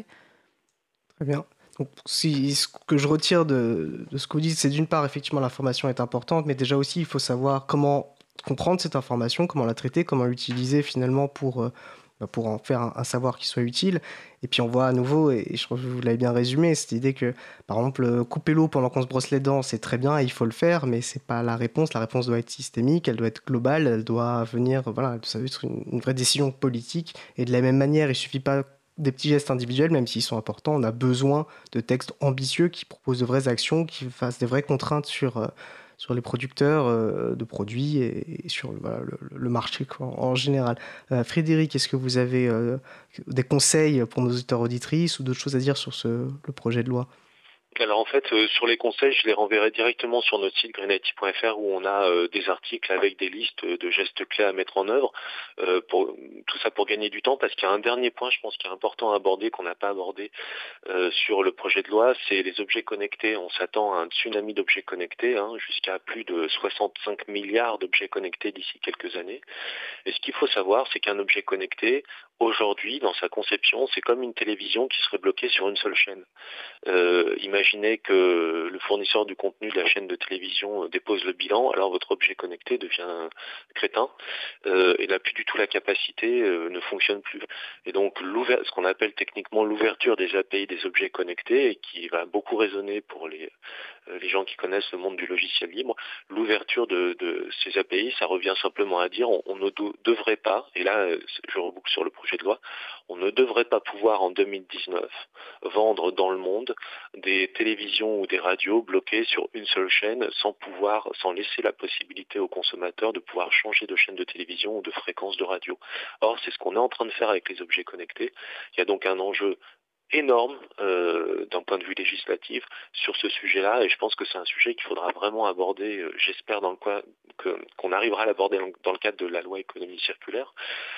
Très bien. Donc, si, ce que je retire de, de ce que vous dites, c'est d'une part, effectivement, l'information est importante, mais déjà aussi, il faut savoir comment comprendre cette information, comment la traiter, comment l'utiliser finalement pour, euh, pour en faire un, un savoir qui soit utile. Et puis on voit à nouveau, et je trouve que vous l'avez bien résumé, cette idée que, par exemple, couper l'eau pendant qu'on se brosse les dents, c'est très bien et il faut le faire, mais c'est pas la réponse. La réponse doit être systémique, elle doit être globale, elle doit venir, voilà, ça doit être une, une vraie décision politique. Et de la même manière, il suffit pas des petits gestes individuels, même s'ils sont importants, on a besoin de textes ambitieux qui proposent de vraies actions, qui fassent des vraies contraintes sur... Euh, sur les producteurs euh, de produits et, et sur voilà, le, le marché quoi, en, en général. Euh, Frédéric, est-ce que vous avez euh, des conseils pour nos auditeurs auditrices ou d'autres choses à dire sur ce, le projet de loi ? Alors en fait, euh, sur les conseils, je les renverrai directement sur notre site green I T point F R où on a euh, des articles avec des listes de gestes clés à mettre en œuvre. Euh, pour, tout ça pour gagner du temps, parce qu'il y a un dernier point, je pense, qui est important à aborder, qu'on n'a pas abordé euh, sur le projet de loi, c'est les objets connectés. On s'attend à un tsunami d'objets connectés, hein, jusqu'à plus de soixante-cinq milliards d'objets connectés d'ici quelques années. Et ce qu'il faut savoir, c'est qu'un objet connecté, aujourd'hui, dans sa conception, c'est comme une télévision qui serait bloquée sur une seule chaîne. Euh, imaginez que le fournisseur du contenu de la chaîne de télévision dépose le bilan, alors votre objet connecté devient crétin euh, et n'a plus du tout la capacité, euh, ne fonctionne plus. Et donc ce qu'on appelle techniquement l'ouverture des A P I des objets connectés, et qui va beaucoup résonner pour les, euh, les gens qui connaissent le monde du logiciel libre, l'ouverture de, de ces A P I, ça revient simplement à dire on, on ne do- devrait pas, et là je reboucle sur le projet de loi, on ne devrait pas pouvoir en deux mille dix-neuf vendre dans le monde des télévisions ou des radios bloquées sur une seule chaîne sans pouvoir, sans laisser la possibilité aux consommateurs de pouvoir changer de chaîne de télévision ou de fréquence de radio. Or, c'est ce qu'on est en train de faire avec les objets connectés. Il y a donc un enjeu énorme euh, d'un point de vue législatif sur ce sujet-là, et je pense que c'est un sujet qu'il faudra vraiment aborder, euh, j'espère dans le quoi, que, qu'on arrivera à l'aborder dans, dans le cadre de la loi économie circulaire.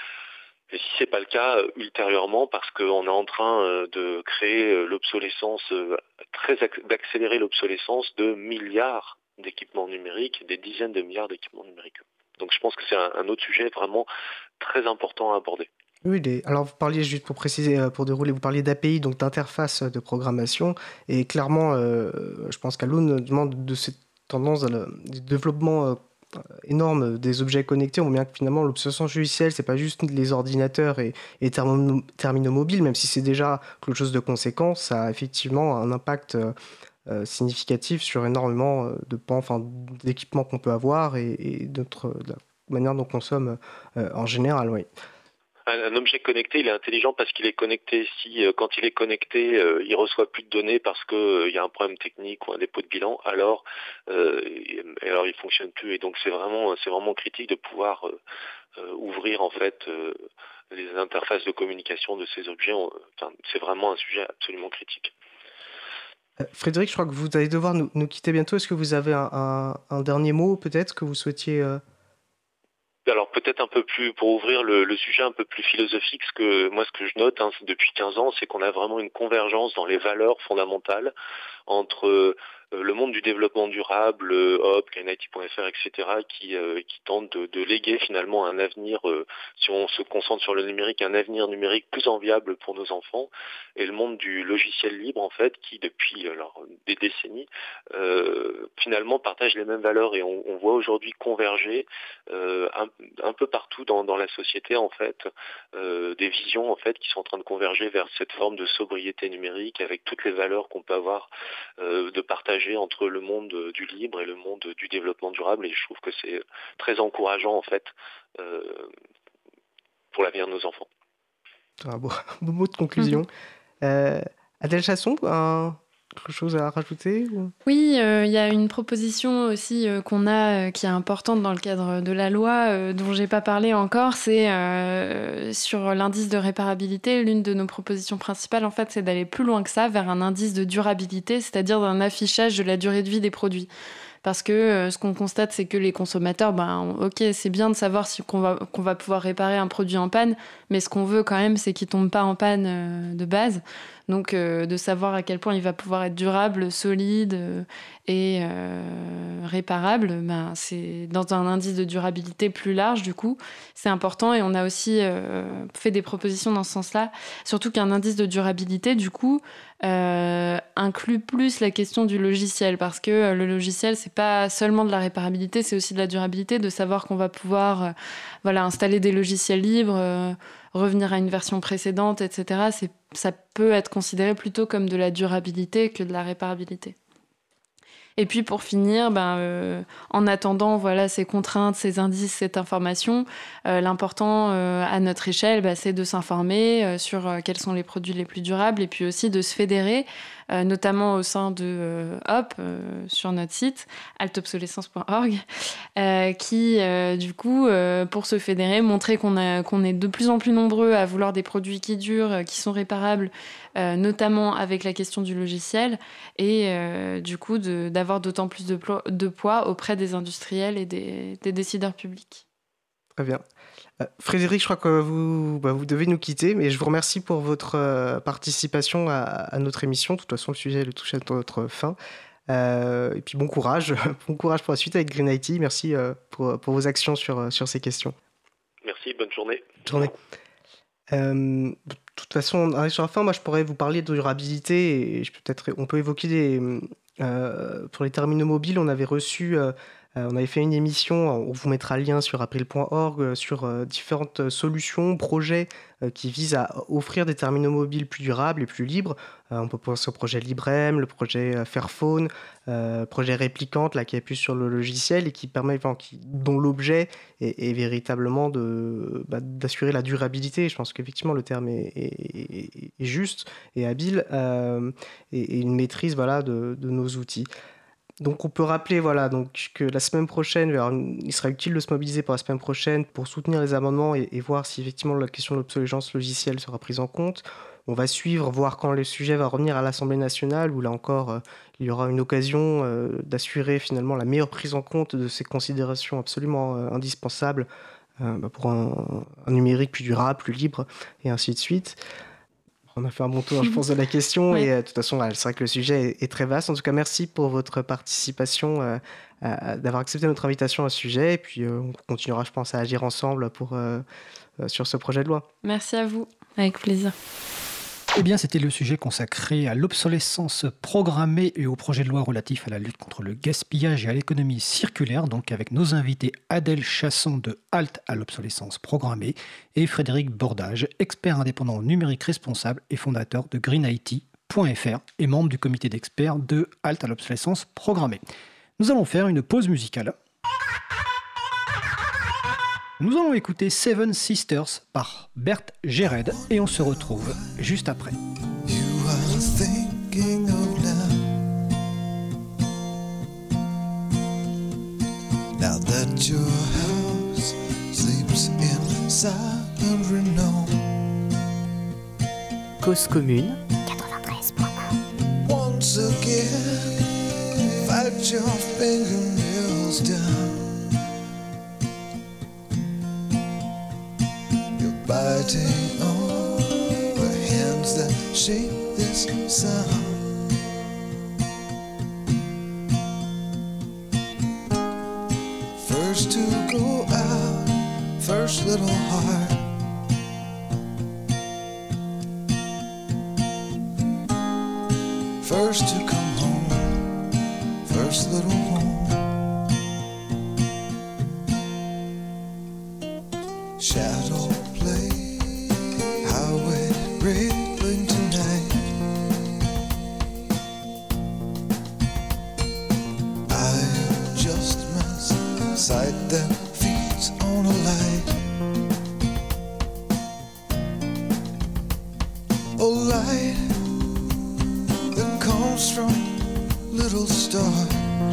Et si c'est pas le cas, euh, ultérieurement, parce qu'on est en train euh, de créer euh, l'obsolescence, euh, très ac- d'accélérer l'obsolescence de milliards d'équipements numériques, des dizaines de milliards d'équipements numériques. Donc je pense que c'est un, un autre sujet vraiment très important à aborder. Oui, les... alors vous parliez, juste pour préciser, pour dérouler, vous parliez d'A P I, donc d'interface de programmation, et clairement, euh, je pense qu'Alun demande de cette tendance à le développement euh, énorme des objets connectés. On voit bien que finalement l'obsolescence logicielle, c'est pas juste les ordinateurs et les termo- terminaux mobiles, même si c'est déjà quelque chose de conséquent, ça a effectivement un impact euh, significatif sur énormément de pans, enfin, d'équipements qu'on peut avoir et, et notre, de la manière dont on consomme euh, en général, oui. Un objet connecté, il est intelligent parce qu'il est connecté. Si euh, quand il est connecté, euh, il reçoit plus de données parce que euh, il y a un problème technique ou un dépôt de bilan, alors euh, et, alors il fonctionne plus. Et donc c'est vraiment c'est vraiment critique de pouvoir euh, euh, ouvrir en fait euh, les interfaces de communication de ces objets. On, enfin, c'est vraiment un sujet absolument critique. Euh, Frédéric, je crois que vous allez devoir nous, nous quitter bientôt. Est-ce que vous avez un, un, un dernier mot peut-être que vous souhaitiez euh... Alors peut-être un peu plus, pour ouvrir le, le sujet un peu plus philosophique, ce que moi ce que je note hein, depuis quinze ans, c'est qu'on a vraiment une convergence dans les valeurs fondamentales entre euh, le monde du développement durable, euh, Hop, green I T point F R, et cetera, qui, euh, qui tentent de, de léguer finalement un avenir, euh, si on se concentre sur le numérique, un avenir numérique plus enviable pour nos enfants, et le monde du logiciel libre en fait, qui depuis alors, des décennies, euh, finalement partage les mêmes valeurs, et on, on voit aujourd'hui converger euh, un, un peu partout dans, dans la société en fait, euh, des visions en fait qui sont en train de converger vers cette forme de sobriété numérique avec toutes les valeurs qu'on peut avoir euh, de partage entre le monde du libre et le monde du développement durable, et je trouve que c'est très encourageant en fait euh, pour l'avenir de nos enfants. Un beau, un beau mot de conclusion. Mmh. Euh, Adèle Chasson, un, quelque chose à rajouter ou... Oui, il euh, y a une proposition aussi euh, qu'on a euh, qui est importante dans le cadre de la loi euh, dont j'ai pas parlé encore, c'est euh, sur l'indice de réparabilité. L'une de nos propositions principales, en fait, c'est d'aller plus loin que ça, vers un indice de durabilité, c'est-à-dire d'un affichage de la durée de vie des produits. parce que euh, ce qu'on constate, c'est que les consommateurs, ben, ok, c'est bien de savoir si, qu'on, va, qu'on va pouvoir réparer un produit en panne, mais ce qu'on veut quand même, c'est qu'il ne tombe pas en panne euh, de base. Donc, euh, de savoir à quel point il va pouvoir être durable, solide euh, et euh, réparable, ben, c'est dans un indice de durabilité plus large, du coup, c'est important. Et on a aussi euh, fait des propositions dans ce sens-là, surtout qu'un indice de durabilité, du coup, euh, inclut plus la question du logiciel, parce que euh, le logiciel, c'est pas seulement de la réparabilité, c'est aussi de la durabilité, de savoir qu'on va pouvoir euh, voilà, installer des logiciels libres, euh, revenir à une version précédente, et cetera. C'est, ça peut être considéré plutôt comme de la durabilité que de la réparabilité. Et puis pour finir, ben, euh, en attendant voilà, ces contraintes, ces indices, cette information, euh, l'important euh, à notre échelle, ben, c'est de s'informer euh, sur euh, quels sont les produits les plus durables et puis aussi de se fédérer, euh, notamment au sein de euh, Hop, euh, sur notre site, altobsolescence point org, euh, qui, euh, du coup, euh, pour se fédérer, montrer qu'on, a, qu'on est de plus en plus nombreux à vouloir des produits qui durent, euh, qui sont réparables, euh, notamment avec la question du logiciel, et euh, du coup, de, d'avoir d'autant plus de, plo- de poids auprès des industriels et des, des décideurs publics. Très bien. Euh, Frédéric, je crois que vous, bah, vous devez nous quitter, mais je vous remercie pour votre euh, participation à, à notre émission. De toute façon, le sujet le touche à notre fin. Euh, et puis bon courage, bon courage pour la suite avec Green I T. Merci euh, pour, pour vos actions sur, sur ces questions. Merci, bonne journée. Bonne journée. Euh, de toute façon, on arrive sur la fin. Moi, je pourrais vous parler de durabilité et je peux peut-être, on peut évoquer des, euh, pour les terminaux mobiles. On avait reçu euh, Euh, on avait fait une émission, on vous mettra le lien sur april point org, euh, sur euh, différentes solutions, projets euh, qui visent à offrir des terminaux mobiles plus durables et plus libres. Euh, on peut penser au projet Librem, le projet euh, Fairphone, euh, le projet Réplicante, là, qui appuie sur le logiciel et qui permet, enfin, qui, dont l'objet est, est véritablement de, bah, d'assurer la durabilité. Je pense qu'effectivement le terme est, est, est juste et habile, euh, et, et une maîtrise voilà, de, de nos outils. Donc on peut rappeler voilà, donc, que la semaine prochaine, il sera utile de se mobiliser pour la semaine prochaine pour soutenir les amendements et, et voir si effectivement la question de l'obsolescence logicielle sera prise en compte. On va suivre, voir quand le sujet va revenir à l'Assemblée nationale, où là encore, euh, il y aura une occasion euh, d'assurer finalement la meilleure prise en compte de ces considérations absolument euh, indispensables euh, bah, pour un, un numérique plus durable, plus libre, et ainsi de suite. On a fait un bon tour, je pense, de la question. Oui. Et euh, de toute façon, c'est vrai que le sujet est, est très vaste. En tout cas, merci pour votre participation, euh, à, d'avoir accepté notre invitation à ce sujet. Et puis, euh, on continuera, je pense, à agir ensemble pour, euh, euh, sur ce projet de loi. Merci à vous. Avec plaisir. Eh bien, c'était le sujet consacré à l'obsolescence programmée et au projet de loi relatif à la lutte contre le gaspillage et à l'économie circulaire, donc avec nos invités Adèle Chasson de Halte à l'obsolescence programmée et Frédéric Bordage, expert indépendant numérique responsable et fondateur de green I T point F R et membre du comité d'experts de Halte à l'obsolescence programmée. Nous allons faire une pause musicale. Nous allons écouter Seven Sisters par Bert Gered et on se retrouve juste après. You are thinking of love. Now that your house sleeps in silent renown. Cause commune quatre-vingt-treize point un. Once again, fight your fingernails down. Biting on the hands that shape this sound. First to go out, first little heart. First to come home, first little home. Shadow rippling tonight. I am just my sight that feeds on a light. A light that comes from little stars.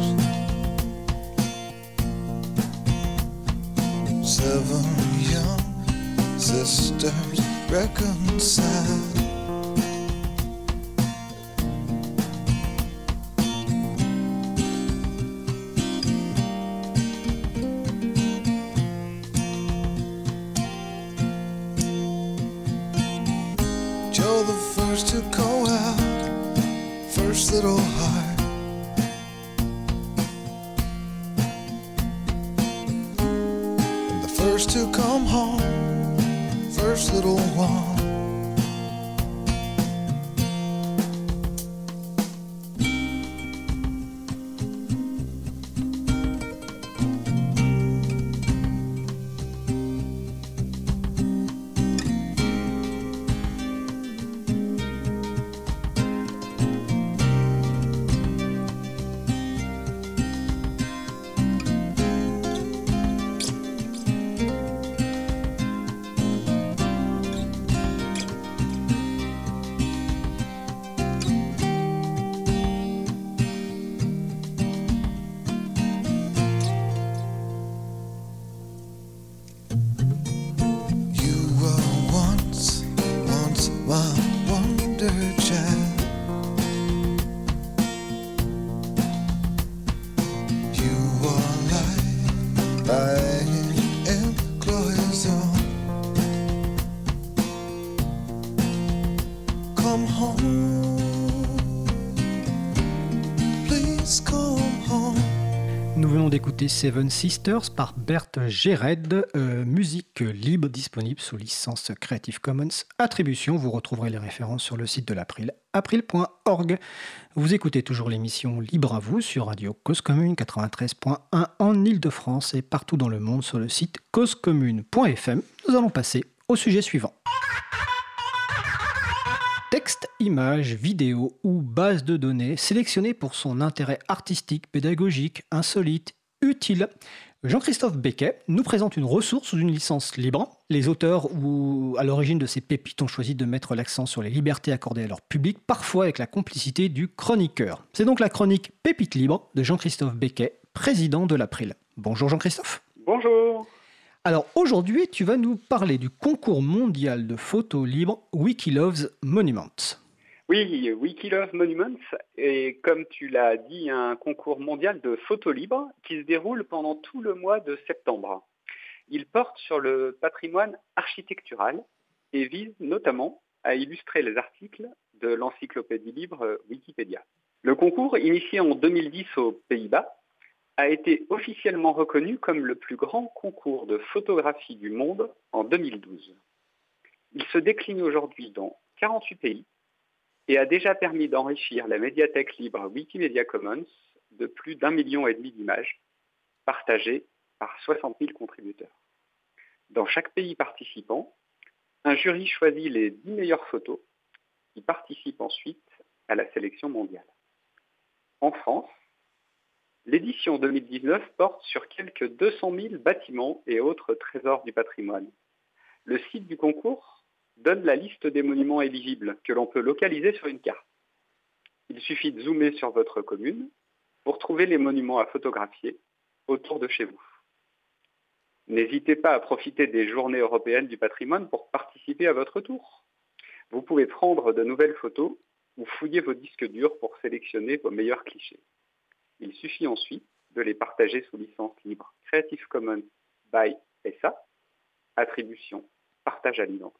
Seven young sisters reconcile. first to go out, first little heart. And the first to come home, first little one. D'écouter Seven Sisters par Bert Gered, euh, musique libre disponible sous licence Creative Commons Attribution. Vous retrouverez les références sur le site de l'April, april point org. Vous écoutez toujours l'émission Libre à vous sur Radio Cause Commune quatre-vingt-treize point un en Ile-de-France et partout dans le monde sur le site cause commune point f m. Nous allons passer au sujet suivant. Texte, images, vidéos ou base de données sélectionnées pour son intérêt artistique, pédagogique, insolite, utile. Jean-Christophe Becquet nous présente une ressource sous une licence libre. Les auteurs ou à l'origine de ces pépites ont choisi de mettre l'accent sur les libertés accordées à leur public, parfois avec la complicité du chroniqueur. C'est donc la chronique Pépites libres de Jean-Christophe Becquet, président de l'April. Bonjour Jean-Christophe. Bonjour. Alors aujourd'hui, tu vas nous parler du concours mondial de photos libres Wikilove's Monuments. Oui, Wikilove Monuments est, comme tu l'as dit, un concours mondial de photos libres qui se déroule pendant tout le mois de septembre. Il porte sur le patrimoine architectural et vise notamment à illustrer les articles de l'encyclopédie libre Wikipédia. Le concours, initié en deux mille dix aux Pays-Bas, a été officiellement reconnu comme le plus grand concours de photographie du monde en deux mille douze. Il se décline aujourd'hui dans quarante-huit pays et a déjà permis d'enrichir la médiathèque libre Wikimedia Commons de plus d'un million et demi d'images, partagées par soixante mille contributeurs. Dans chaque pays participant, un jury choisit les dix meilleures photos qui participent ensuite à la sélection mondiale. En France, l'édition deux mille dix-neuf porte sur quelques deux cent mille bâtiments et autres trésors du patrimoine. Le site du concours donne la liste des monuments éligibles que l'on peut localiser sur une carte. Il suffit de zoomer sur votre commune pour trouver les monuments à photographier autour de chez vous. N'hésitez pas à profiter des journées européennes du patrimoine pour participer à votre tour. Vous pouvez prendre de nouvelles photos ou fouiller vos disques durs pour sélectionner vos meilleurs clichés. Il suffit ensuite de les partager sous licence libre Creative Commons by S A, attribution, partage à l'identique.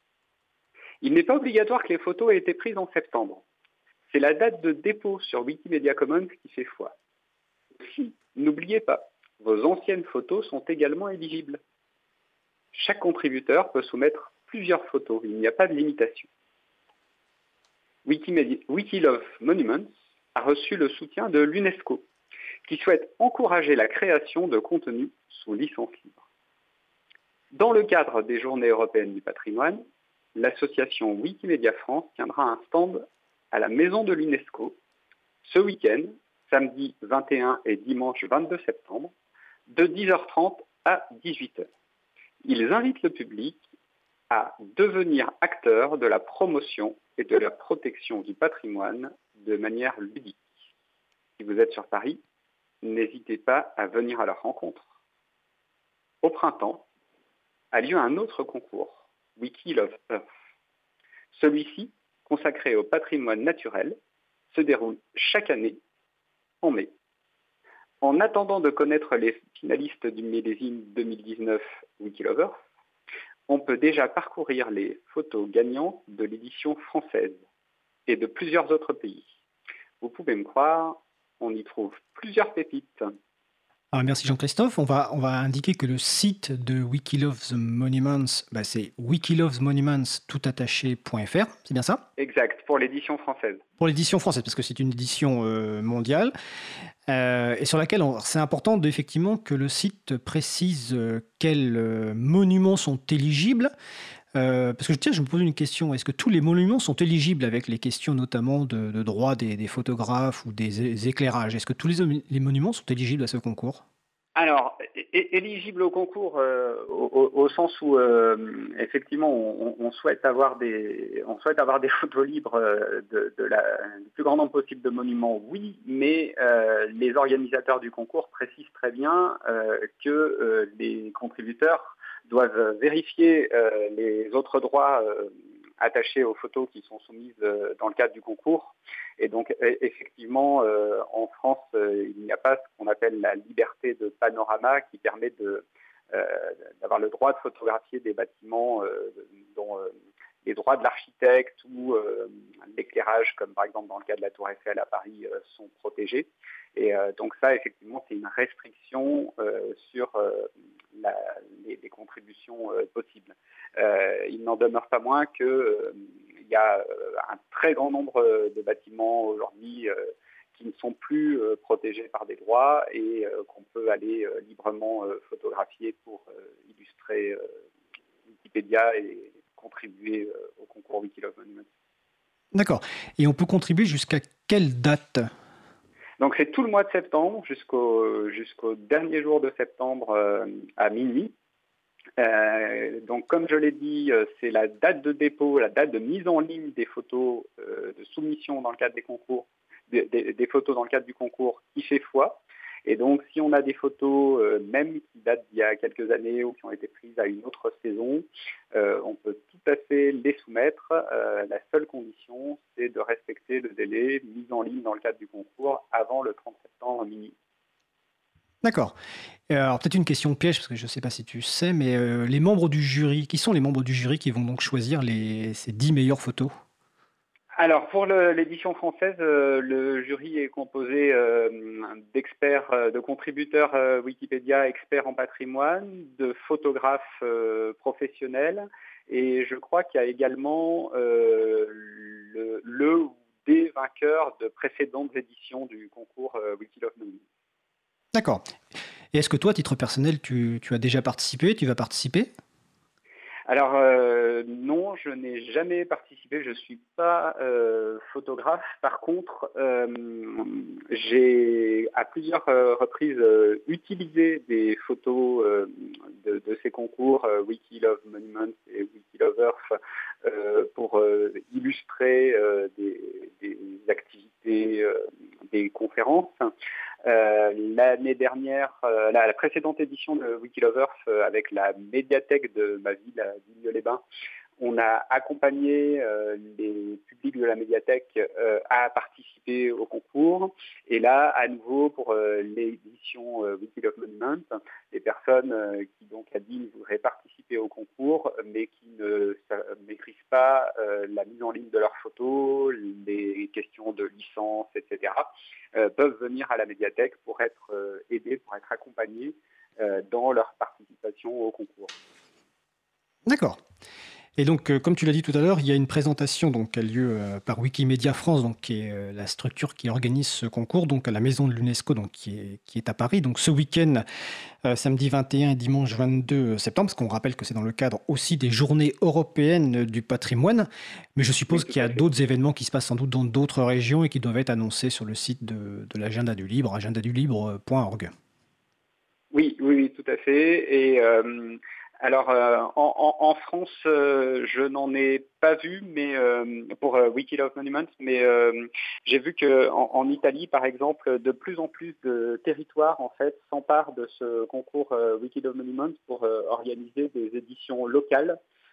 Il n'est pas obligatoire que les photos aient été prises en septembre. C'est la date de dépôt sur Wikimedia Commons qui fait foi. Si, n'oubliez pas, vos anciennes photos sont également éligibles. Chaque contributeur peut soumettre plusieurs photos, il n'y a pas de limitation. Wikimedia, Wikilove Monuments a reçu le soutien de l'UNESCO, qui souhaite encourager la création de contenus sous licence libre. Dans le cadre des Journées européennes du patrimoine, l'association Wikimedia France tiendra un stand à la Maison de l'UNESCO ce week-end, samedi vingt et un et dimanche vingt-deux septembre, de dix heures trente à dix-huit heures. Ils invitent le public à devenir acteur de la promotion et de la protection du patrimoine de manière ludique. Si vous êtes sur Paris, n'hésitez pas à venir à leur rencontre. Au printemps, a lieu un autre concours, Wikilove Earth. Celui-ci, consacré au patrimoine naturel, se déroule chaque année en mai. En attendant de connaître les finalistes du millésime deux mille dix-neuf Wikilove Earth, on peut déjà parcourir les photos gagnantes de l'édition française et de plusieurs autres pays. Vous pouvez me croire, on y trouve plusieurs pépites. Alors, merci Jean-Christophe. On va, on va indiquer que le site de Wikilove the Monuments, bah, c'est wikilovemonuments tout attaché point f r, c'est bien ça? Exact, pour l'édition française. Pour l'édition française, parce que c'est une édition euh, mondiale, euh, et sur laquelle on, c'est important de, effectivement que le site précise euh, quels euh, monuments sont éligibles. Euh, parce que tiens, je me pose une question, est-ce que tous les monuments sont éligibles avec les questions notamment de, de droit des, des photographes ou des, des éclairages? Est-ce que tous les, les monuments sont éligibles à ce concours? Alors, é- éligible au concours euh, au, au sens où euh, effectivement on, on souhaite avoir des on souhaite avoir des photos libres euh, de, de la, du plus grand nombre possible de monuments, oui, mais euh, les organisateurs du concours précisent très bien euh, que euh, les contributeurs doivent vérifier euh, les autres droits euh, attachés aux photos qui sont soumises euh, dans le cadre du concours. Et donc, effectivement, euh, en France, euh, il n'y a pas ce qu'on appelle la liberté de panorama qui permet de, euh, d'avoir le droit de photographier des bâtiments euh, dont euh, les droits de l'architecte ou euh, l'éclairage, comme par exemple dans le cas de la Tour Eiffel à Paris, euh, sont protégés. Et euh, donc ça, effectivement, c'est une restriction euh, sur euh, la, les, les contributions euh, possibles. Euh, il n'en demeure pas moins que euh, il y a euh, un très grand nombre de bâtiments aujourd'hui euh, qui ne sont plus euh, protégés par des droits et euh, qu'on peut aller euh, librement euh, photographier pour euh, illustrer euh, Wikipédia et contribuer euh, au concours Wikilove Monuments. D'accord. Et on peut contribuer jusqu'à quelle date? Donc c'est tout le mois de septembre jusqu'au, jusqu'au dernier jour de septembre euh, à minuit. Euh, donc comme je l'ai dit, euh, c'est la date de dépôt, la date de mise en ligne des photos euh, de soumission dans le cadre des concours, des, des, des photos dans le cadre du concours qui fait foi. Et donc si on a des photos, euh, même qui datent d'il y a quelques années ou qui ont été prises à une autre saison, euh, on peut tout à fait les soumettre. Euh, la seule condition, c'est de respecter le délai mis en ligne dans le cadre du concours avant le trente septembre minuit. D'accord. Alors peut-être une question piège, parce que je ne sais pas si tu sais, mais euh, les membres du jury, qui sont les membres du jury qui vont donc choisir les, ces dix meilleures photos? Alors pour le, l'édition française, euh, le jury est composé euh, d'experts, euh, de contributeurs euh, Wikipédia, experts en patrimoine, de photographes euh, professionnels, et je crois qu'il y a également euh, le, le ou des vainqueurs de précédentes éditions du concours euh, Wikilove Monuments. D'accord. Et est-ce que toi, à titre personnel, tu, tu as déjà participé? Tu vas participer? Alors euh, non, je n'ai jamais participé, je ne suis pas euh, photographe. Par contre, euh, j'ai à plusieurs euh, reprises euh, utilisé des photos euh, de, de ces concours euh, Wikilove Monuments et Wikilove Earth euh, pour euh, illustrer euh, des, des activités, euh, des conférences. Euh, l'année dernière, euh, la, la précédente édition de Wikilove Earth euh, avec la médiathèque de ma ville, à Vigneux-les-Bains, on a accompagné euh, les publics de la médiathèque euh, à participer au concours. Et là, à nouveau, pour euh, l'édition euh, Wikilove Monuments, les personnes euh, qui, donc, à Digne, voudraient participer au concours, mais qui ne maîtrisent pas euh, la mise en ligne de leurs photos, les questions de licence, et cetera, euh, peuvent venir à la médiathèque pour être euh, aidés, pour être accompagnés euh, dans leur participation au concours. D'accord. Et donc, euh, comme tu l'as dit tout à l'heure, il y a une présentation donc, qui a lieu euh, par Wikimedia France, donc, qui est euh, la structure qui organise ce concours, donc à la maison de l'UNESCO, donc, qui, est, qui est à Paris. Donc ce week-end, euh, samedi vingt et un et dimanche vingt-deux septembre, parce qu'on rappelle que c'est dans le cadre aussi des journées européennes du patrimoine. Mais je suppose oui, qu'il y a d'autres événements qui se passent sans doute dans d'autres régions et qui doivent être annoncés sur le site de, de l'Agenda du Libre, agenda du libre point org. Oui, oui, oui, tout à fait. Et... Euh... Alors, euh, en, en, en France, euh, je n'en ai pas vu, mais euh, pour euh, Wikilove Monuments, mais euh, j'ai vu que en, en Italie, par exemple, de plus en plus de territoires en fait s'emparent de ce concours euh, Wikilove Monuments pour euh, organiser des éditions locales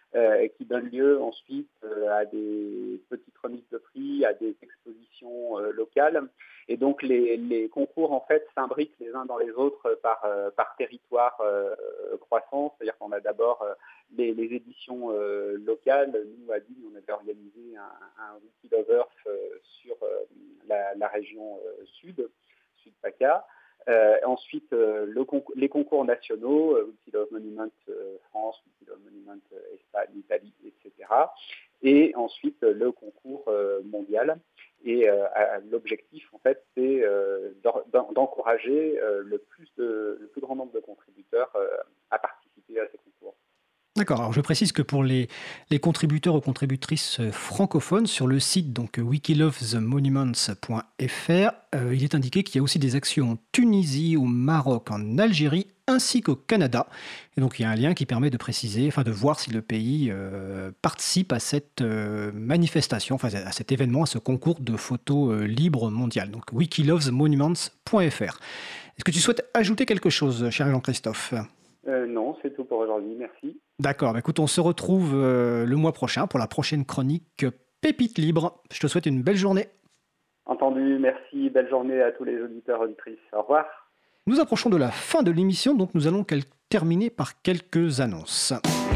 euh, qui donne lieu ensuite euh, à des petites remises de prix, à des expositions euh, locales. Et donc les, les concours en fait s'imbriquent les uns dans les autres par, euh, par territoire euh, croissant. C'est-à-dire qu'on a d'abord euh, les, les éditions euh, locales. Nous, à Digne, on avait organisé un, un Wikilovers euh, sur euh, la, la région euh, sud, sud-PACA. Euh, ensuite, euh, le concours, les concours nationaux, euh, Wikilove Monument euh, France, Wikilove Monument euh, Espagne, Italie, et cetera. Et ensuite, euh, le concours euh, mondial. Et euh, à, l'objectif, en fait, c'est euh, d'encourager euh, le, plus de, le plus grand nombre de contributeurs euh, à participer à ces concours. D'accord, alors je précise que pour les, les contributeurs ou contributrices francophones, sur le site donc wikilovesmonuments point f r, euh, il est indiqué qu'il y a aussi des actions en Tunisie, au Maroc, en Algérie, ainsi qu'au Canada. Et donc il y a un lien qui permet de préciser, enfin de voir si le pays euh, participe à cette euh, manifestation, enfin à cet événement, à ce concours de photos euh, libres mondial. Donc wikilovesmonuments point f r. Est-ce que tu souhaites ajouter quelque chose, cher Jean-Christophe ? Euh, non, c'est tout pour aujourd'hui, merci. D'accord, bah écoute, on se retrouve euh, le mois prochain pour la prochaine chronique Pépites Libres. Je te souhaite une belle journée. Entendu, merci, belle journée à tous les auditeurs et auditrices. Au revoir. Nous approchons de la fin de l'émission, donc nous allons quel- terminer par quelques annonces.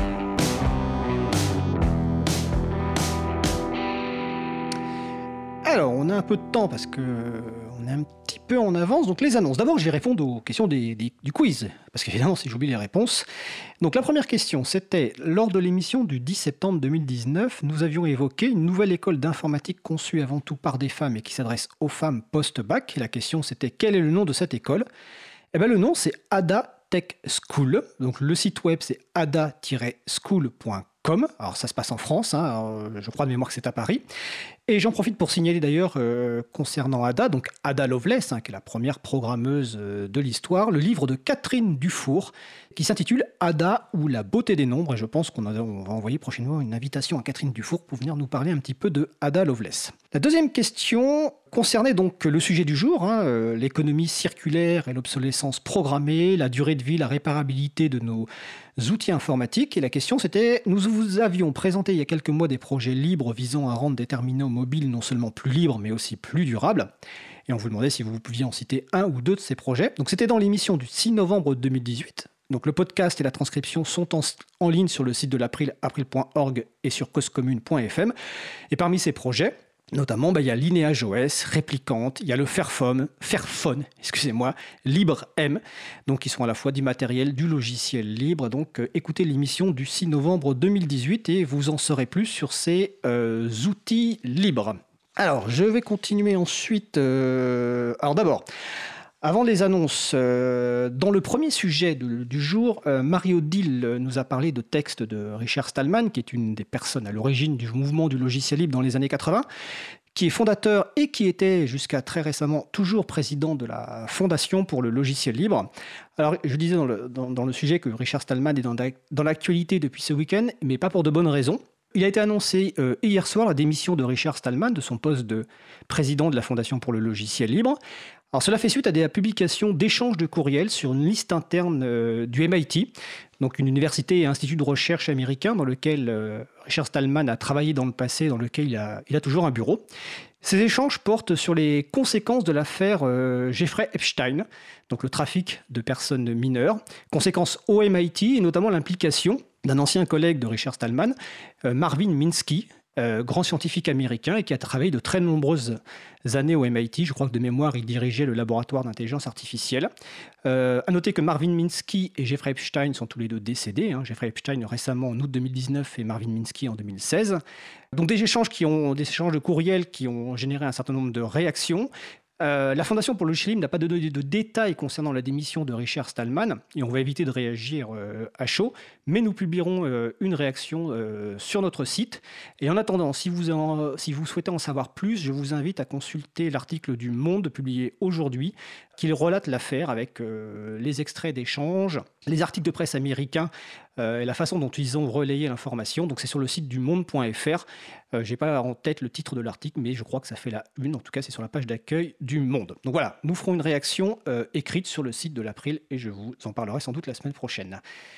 Alors, on a un peu de temps parce que on est un petit peu en avance. Donc, les annonces. D'abord, je vais répondre aux questions des, des, du quiz. Parce qu'évidemment, si j'oublie les réponses. Donc, la première question, c'était lors de l'émission du dix septembre deux mille dix-neuf, nous avions évoqué une nouvelle école d'informatique conçue avant tout par des femmes et qui s'adresse aux femmes post-bac. Et la question, c'était quel est le nom de cette école ? Eh bien, le nom, c'est Ada Tech School. Donc, le site web, c'est ada tiret school point com. Alors, ça se passe en France. Hein. Alors, je crois de mémoire que c'est à Paris. Et j'en profite pour signaler d'ailleurs, euh, concernant Ada, donc Ada Lovelace, hein, qui est la première programmeuse euh, de l'histoire, le livre de Catherine Dufour, qui s'intitule Ada ou la beauté des nombres. Et je pense qu'on a, on va envoyer prochainement une invitation à Catherine Dufour pour venir nous parler un petit peu de Ada Lovelace. La deuxième question concernait donc le sujet du jour, hein, euh, l'économie circulaire et l'obsolescence programmée, la durée de vie, la réparabilité de nos outils informatiques. Et la question c'était, nous vous avions présenté il y a quelques mois des projets libres visant à rendre des terminaux mobiles non seulement plus libres mais aussi plus durables. Et on vous demandait si vous pouviez en citer un ou deux de ces projets. Donc c'était dans l'émission du six novembre deux mille dix-huit. Donc le podcast et la transcription sont en, en ligne sur le site de l'April, april point org et sur causecommune point f m. Et parmi ces projets, notamment, bah, il y a Lineage O S, Réplicante, il y a le Fairphone, Fairphone, excusez-moi, LibreM, donc qui sont à la fois du matériel, du logiciel libre. Donc euh, écoutez l'émission du six novembre deux mille dix-huit et vous en saurez plus sur ces euh, outils libres. Alors, je vais continuer ensuite. Euh... Alors d'abord, avant les annonces, euh, dans le premier sujet de, du jour, euh, Marie-Odile nous a parlé de textes de Richard Stallman, qui est une des personnes à l'origine du mouvement du logiciel libre dans les années quatre-vingts, qui est fondateur et qui était jusqu'à très récemment toujours président de la Fondation pour le logiciel libre. Alors, je disais dans le, dans, dans le sujet que Richard Stallman est dans, dans l'actualité depuis ce week-end, mais pas pour de bonnes raisons. Il a été annoncé euh, hier soir la démission de Richard Stallman de son poste de président de la Fondation pour le logiciel libre. Alors, cela fait suite à des publications d'échanges de courriels sur une liste interne euh, du M I T, donc une université et institut de recherche américain dans lequel euh, Richard Stallman a travaillé dans le passé, dans lequel il a, il a toujours un bureau. Ces échanges portent sur les conséquences de l'affaire euh, Jeffrey Epstein, donc le trafic de personnes mineures, conséquences au M I T et notamment l'implication d'un ancien collègue de Richard Stallman, euh, Marvin Minsky, Euh, grand scientifique américain et qui a travaillé de très nombreuses années au M I T. Je crois que de mémoire, il dirigeait le laboratoire d'intelligence artificielle. Euh, à noter que Marvin Minsky et Jeffrey Epstein sont tous les deux décédés. Hein. Jeffrey Epstein récemment en août deux mille dix-neuf et Marvin Minsky en deux mille seize. Donc des échanges, qui ont, des échanges de courriels qui ont généré un certain nombre de réactions. Euh, la Fondation pour le logiciel libre n'a pas donné de, de, de détails concernant la démission de Richard Stallman et on va éviter de réagir euh, à chaud, mais nous publierons euh, une réaction euh, sur notre site. Et en attendant, si vous, en, si vous souhaitez en savoir plus, je vous invite à consulter l'article du Monde publié aujourd'hui qui relate l'affaire avec euh, les extraits d'échanges, les articles de presse américains euh, et la façon dont ils ont relayé l'information. Donc c'est sur le site du monde point f r. Euh, je n'ai pas en tête le titre de l'article, mais je crois que ça fait la une. En tout cas, c'est sur la page d'accueil du Monde. Donc voilà, nous ferons une réaction euh, écrite sur le site de l'April et je vous en parlerai sans doute la semaine prochaine.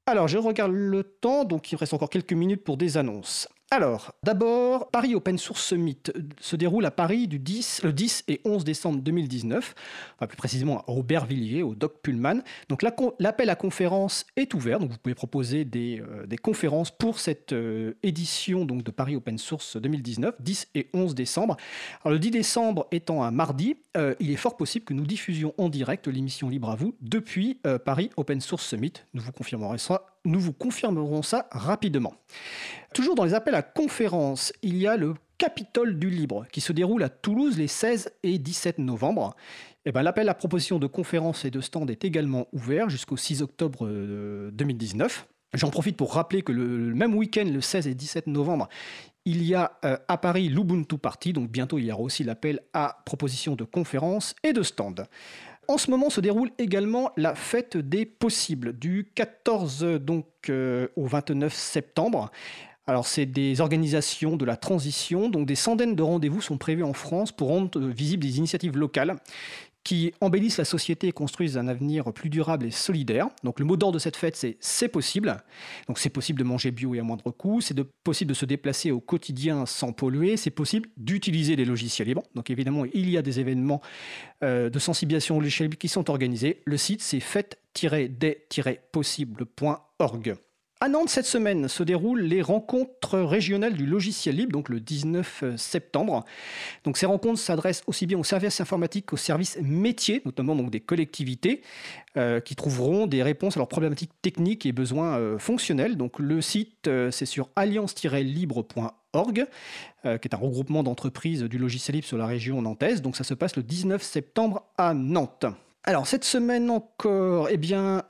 Alors, je regarde le temps, donc il reste encore quelques minutes pour des annonces. Alors, d'abord, Paris Open Source Summit se déroule à Paris du dix, le dix et onze décembre deux mille dix-neuf, enfin plus précisément à Aubervilliers, au Doc Pullman. Donc la, l'appel à conférence est ouvert, donc vous pouvez proposer des, euh, des conférences pour cette euh, édition donc, de Paris Open Source deux mille dix-neuf, dix et onze décembre. Alors le dix décembre étant un mardi, euh, il est fort possible que nous diffusions en direct l'émission Libre à vous depuis euh, Paris Open Source Summit. Nous vous confirmerons ça. Nous vous confirmerons ça rapidement. Toujours dans les appels à conférences, il y a le Capitole du Libre qui se déroule à Toulouse les seize et dix-sept novembre. Et ben, l'appel à proposition de conférences et de stands est également ouvert jusqu'au six octobre deux mille dix-neuf. J'en profite pour rappeler que le, le même week-end, le seize et dix-sept novembre, il y a euh, à Paris l'Ubuntu Party, donc bientôt il y aura aussi l'appel à proposition de conférences et de stands. En ce moment se déroule également la fête des possibles du quatorze donc, euh, au vingt-neuf septembre. Alors c'est des organisations de la transition, donc des centaines de rendez-vous sont prévus en France pour rendre euh, visibles des initiatives locales qui embellissent la société et construisent un avenir plus durable et solidaire. Donc le mot d'ordre de cette fête, c'est « c'est possible ». Donc c'est possible de manger bio et à moindre coût, c'est de, possible de se déplacer au quotidien sans polluer, c'est possible d'utiliser des logiciels libres. Donc évidemment, il y a des événements euh, de sensibilisation aux logiciels libres qui sont organisés. Le site, c'est fête tiret des tiret possible point org. À Nantes, cette semaine, se déroulent les rencontres régionales du logiciel libre, donc le dix-neuf septembre. Donc, ces rencontres s'adressent aussi bien aux services informatiques qu'aux services métiers, notamment donc des collectivités, euh, qui trouveront des réponses à leurs problématiques techniques et besoins euh, fonctionnels. Donc, le site, euh, c'est sur alliance tiret libre point org, euh, qui est un regroupement d'entreprises du logiciel libre sur la région nantaise. Donc, ça se passe le dix-neuf septembre à Nantes. Alors, cette semaine encore, eh bien,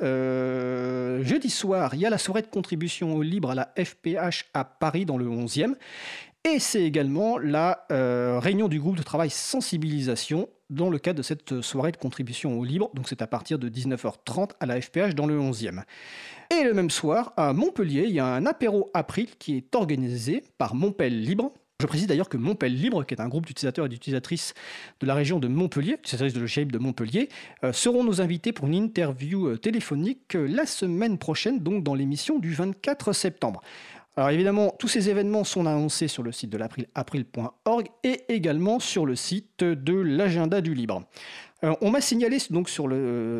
euh, jeudi soir, il y a la soirée de contribution au libre à la F P H à Paris, dans le onzième. Et c'est également la euh, réunion du groupe de travail sensibilisation dans le cadre de cette soirée de contribution au libre. Donc, c'est à partir de dix-neuf heures trente à la F P H dans le onzième. Et le même soir, à Montpellier, il y a un apéro April qui est organisé par Montpel Libre. Je précise d'ailleurs que Montpel Libre, qui est un groupe d'utilisateurs et d'utilisatrices de la région de Montpellier, utilisatrices de logiciel libre de Montpellier, euh, seront nos invités pour une interview euh, téléphonique euh, la semaine prochaine, donc dans l'émission du vingt-quatre septembre. Alors évidemment, tous ces événements sont annoncés sur le site de l'April, april point org, et également sur le site de l'Agenda du Libre. Euh, on m'a signalé donc sur le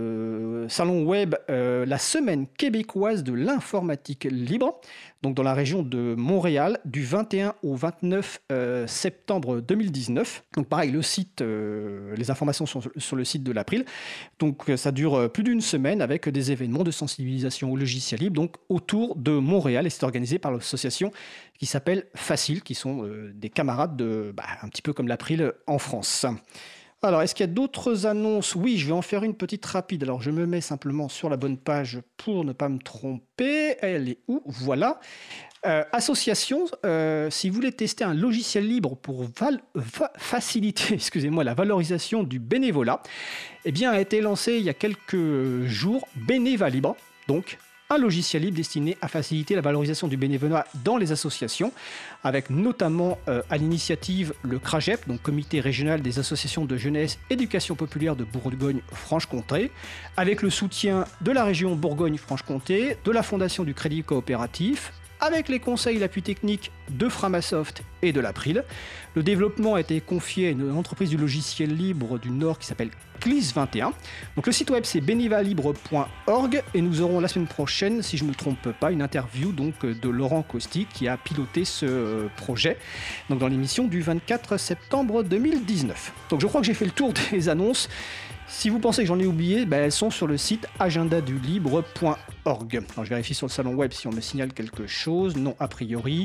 euh, salon web euh, la semaine québécoise de l'informatique libre, donc dans la région de Montréal, du vingt et un au vingt-neuf euh, septembre deux mille dix-neuf. Donc pareil, le site, euh, les informations sont sur le site de l'April. Donc ça dure plus d'une semaine avec des événements de sensibilisation au logiciel libre, donc autour de Montréal, et c'est organisé par l'association qui s'appelle Facile, qui sont euh, des camarades de, bah, un petit peu comme l'April en France. Alors, est-ce qu'il y a d'autres annonces ? Oui, je vais en faire une petite rapide. Alors, je me mets simplement sur la bonne page pour ne pas me tromper. Elle est où ? Voilà. Euh, association, euh, si vous voulez tester un logiciel libre pour val- fa- faciliter excusez-moi, la valorisation du bénévolat, eh bien, a été lancé il y a quelques jours Bénéva Libre. Donc, un logiciel libre destiné à faciliter la valorisation du bénévolat dans les associations, avec notamment euh, à l'initiative le CRAGEP, donc Comité régional des associations de jeunesse éducation populaire de Bourgogne-Franche-Comté, avec le soutien de la région Bourgogne-Franche-Comté, de la Fondation du Crédit Coopératif, avec les conseils et l'appui technique de Framasoft et de l'April. Le développement a été confié à une entreprise du logiciel libre du Nord qui s'appelle Clis vingt et un. Donc le site web c'est bénéva libre point org et nous aurons la semaine prochaine, si je ne me trompe pas, une interview donc de Laurent Costi qui a piloté ce projet donc dans l'émission du vingt-quatre septembre deux mille dix-neuf. Donc je crois que j'ai fait le tour des annonces. Si vous pensez que j'en ai oublié, ben elles sont sur le site agenda du libre point org. Alors je vérifie sur le salon web si on me signale quelque chose. Non, a priori.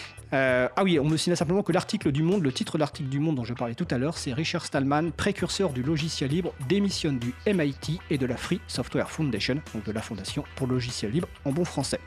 Euh, ah oui, on me signale simplement que l'article du Monde, le titre de l'article du Monde dont je parlais tout à l'heure, c'est Richard Stallman, précurseur du logiciel libre, démissionne du M I T et de la Free Software Foundation, donc de la Fondation pour le logiciel libre en bon français.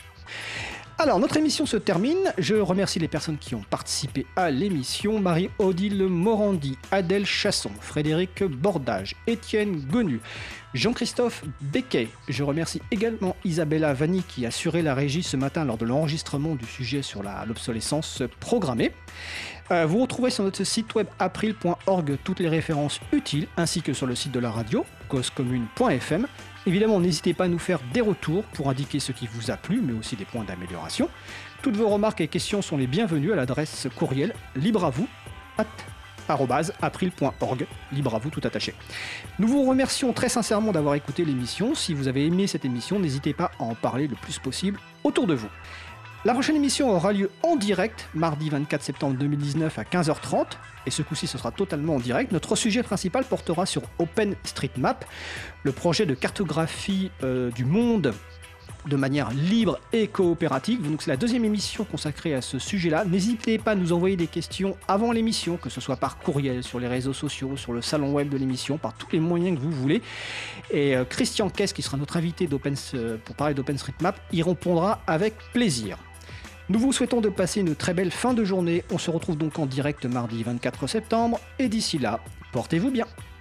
Alors, notre émission se termine. Je remercie les personnes qui ont participé à l'émission. Marie-Odile Morandi, Adèle Chasson, Frédéric Bordage, Étienne Gonu, Jean-Christophe Becquet. Je remercie également Isabella Vanni qui a assuré la régie ce matin lors de l'enregistrement du sujet sur la, l'obsolescence programmée. Euh, vous retrouvez sur notre site web april point org toutes les références utiles, ainsi que sur le site de la radio, cause commune point f m. Évidemment, n'hésitez pas à nous faire des retours pour indiquer ce qui vous a plu, mais aussi des points d'amélioration. Toutes vos remarques et questions sont les bienvenues à l'adresse courriel libre à vous arobase april point org, libre à vous tout attaché. Nous vous remercions très sincèrement d'avoir écouté l'émission. Si vous avez aimé cette émission, n'hésitez pas à en parler le plus possible autour de vous. La prochaine émission aura lieu en direct, mardi vingt-quatre septembre deux mille dix-neuf à quinze heures trente, et ce coup-ci ce sera totalement en direct. Notre sujet principal portera sur OpenStreetMap, le projet de cartographie euh, du monde de manière libre et coopérative. Donc c'est la deuxième émission consacrée à ce sujet-là. N'hésitez pas à nous envoyer des questions avant l'émission, que ce soit par courriel, sur les réseaux sociaux, sur le salon web de l'émission, par tous les moyens que vous voulez. Et euh, Christian Kess, qui sera notre invité d'Open, euh, pour parler d'OpenStreetMap, y répondra avec plaisir. Nous vous souhaitons de passer une très belle fin de journée. On se retrouve donc en direct mardi vingt-quatre septembre. Et d'ici là, portez-vous bien.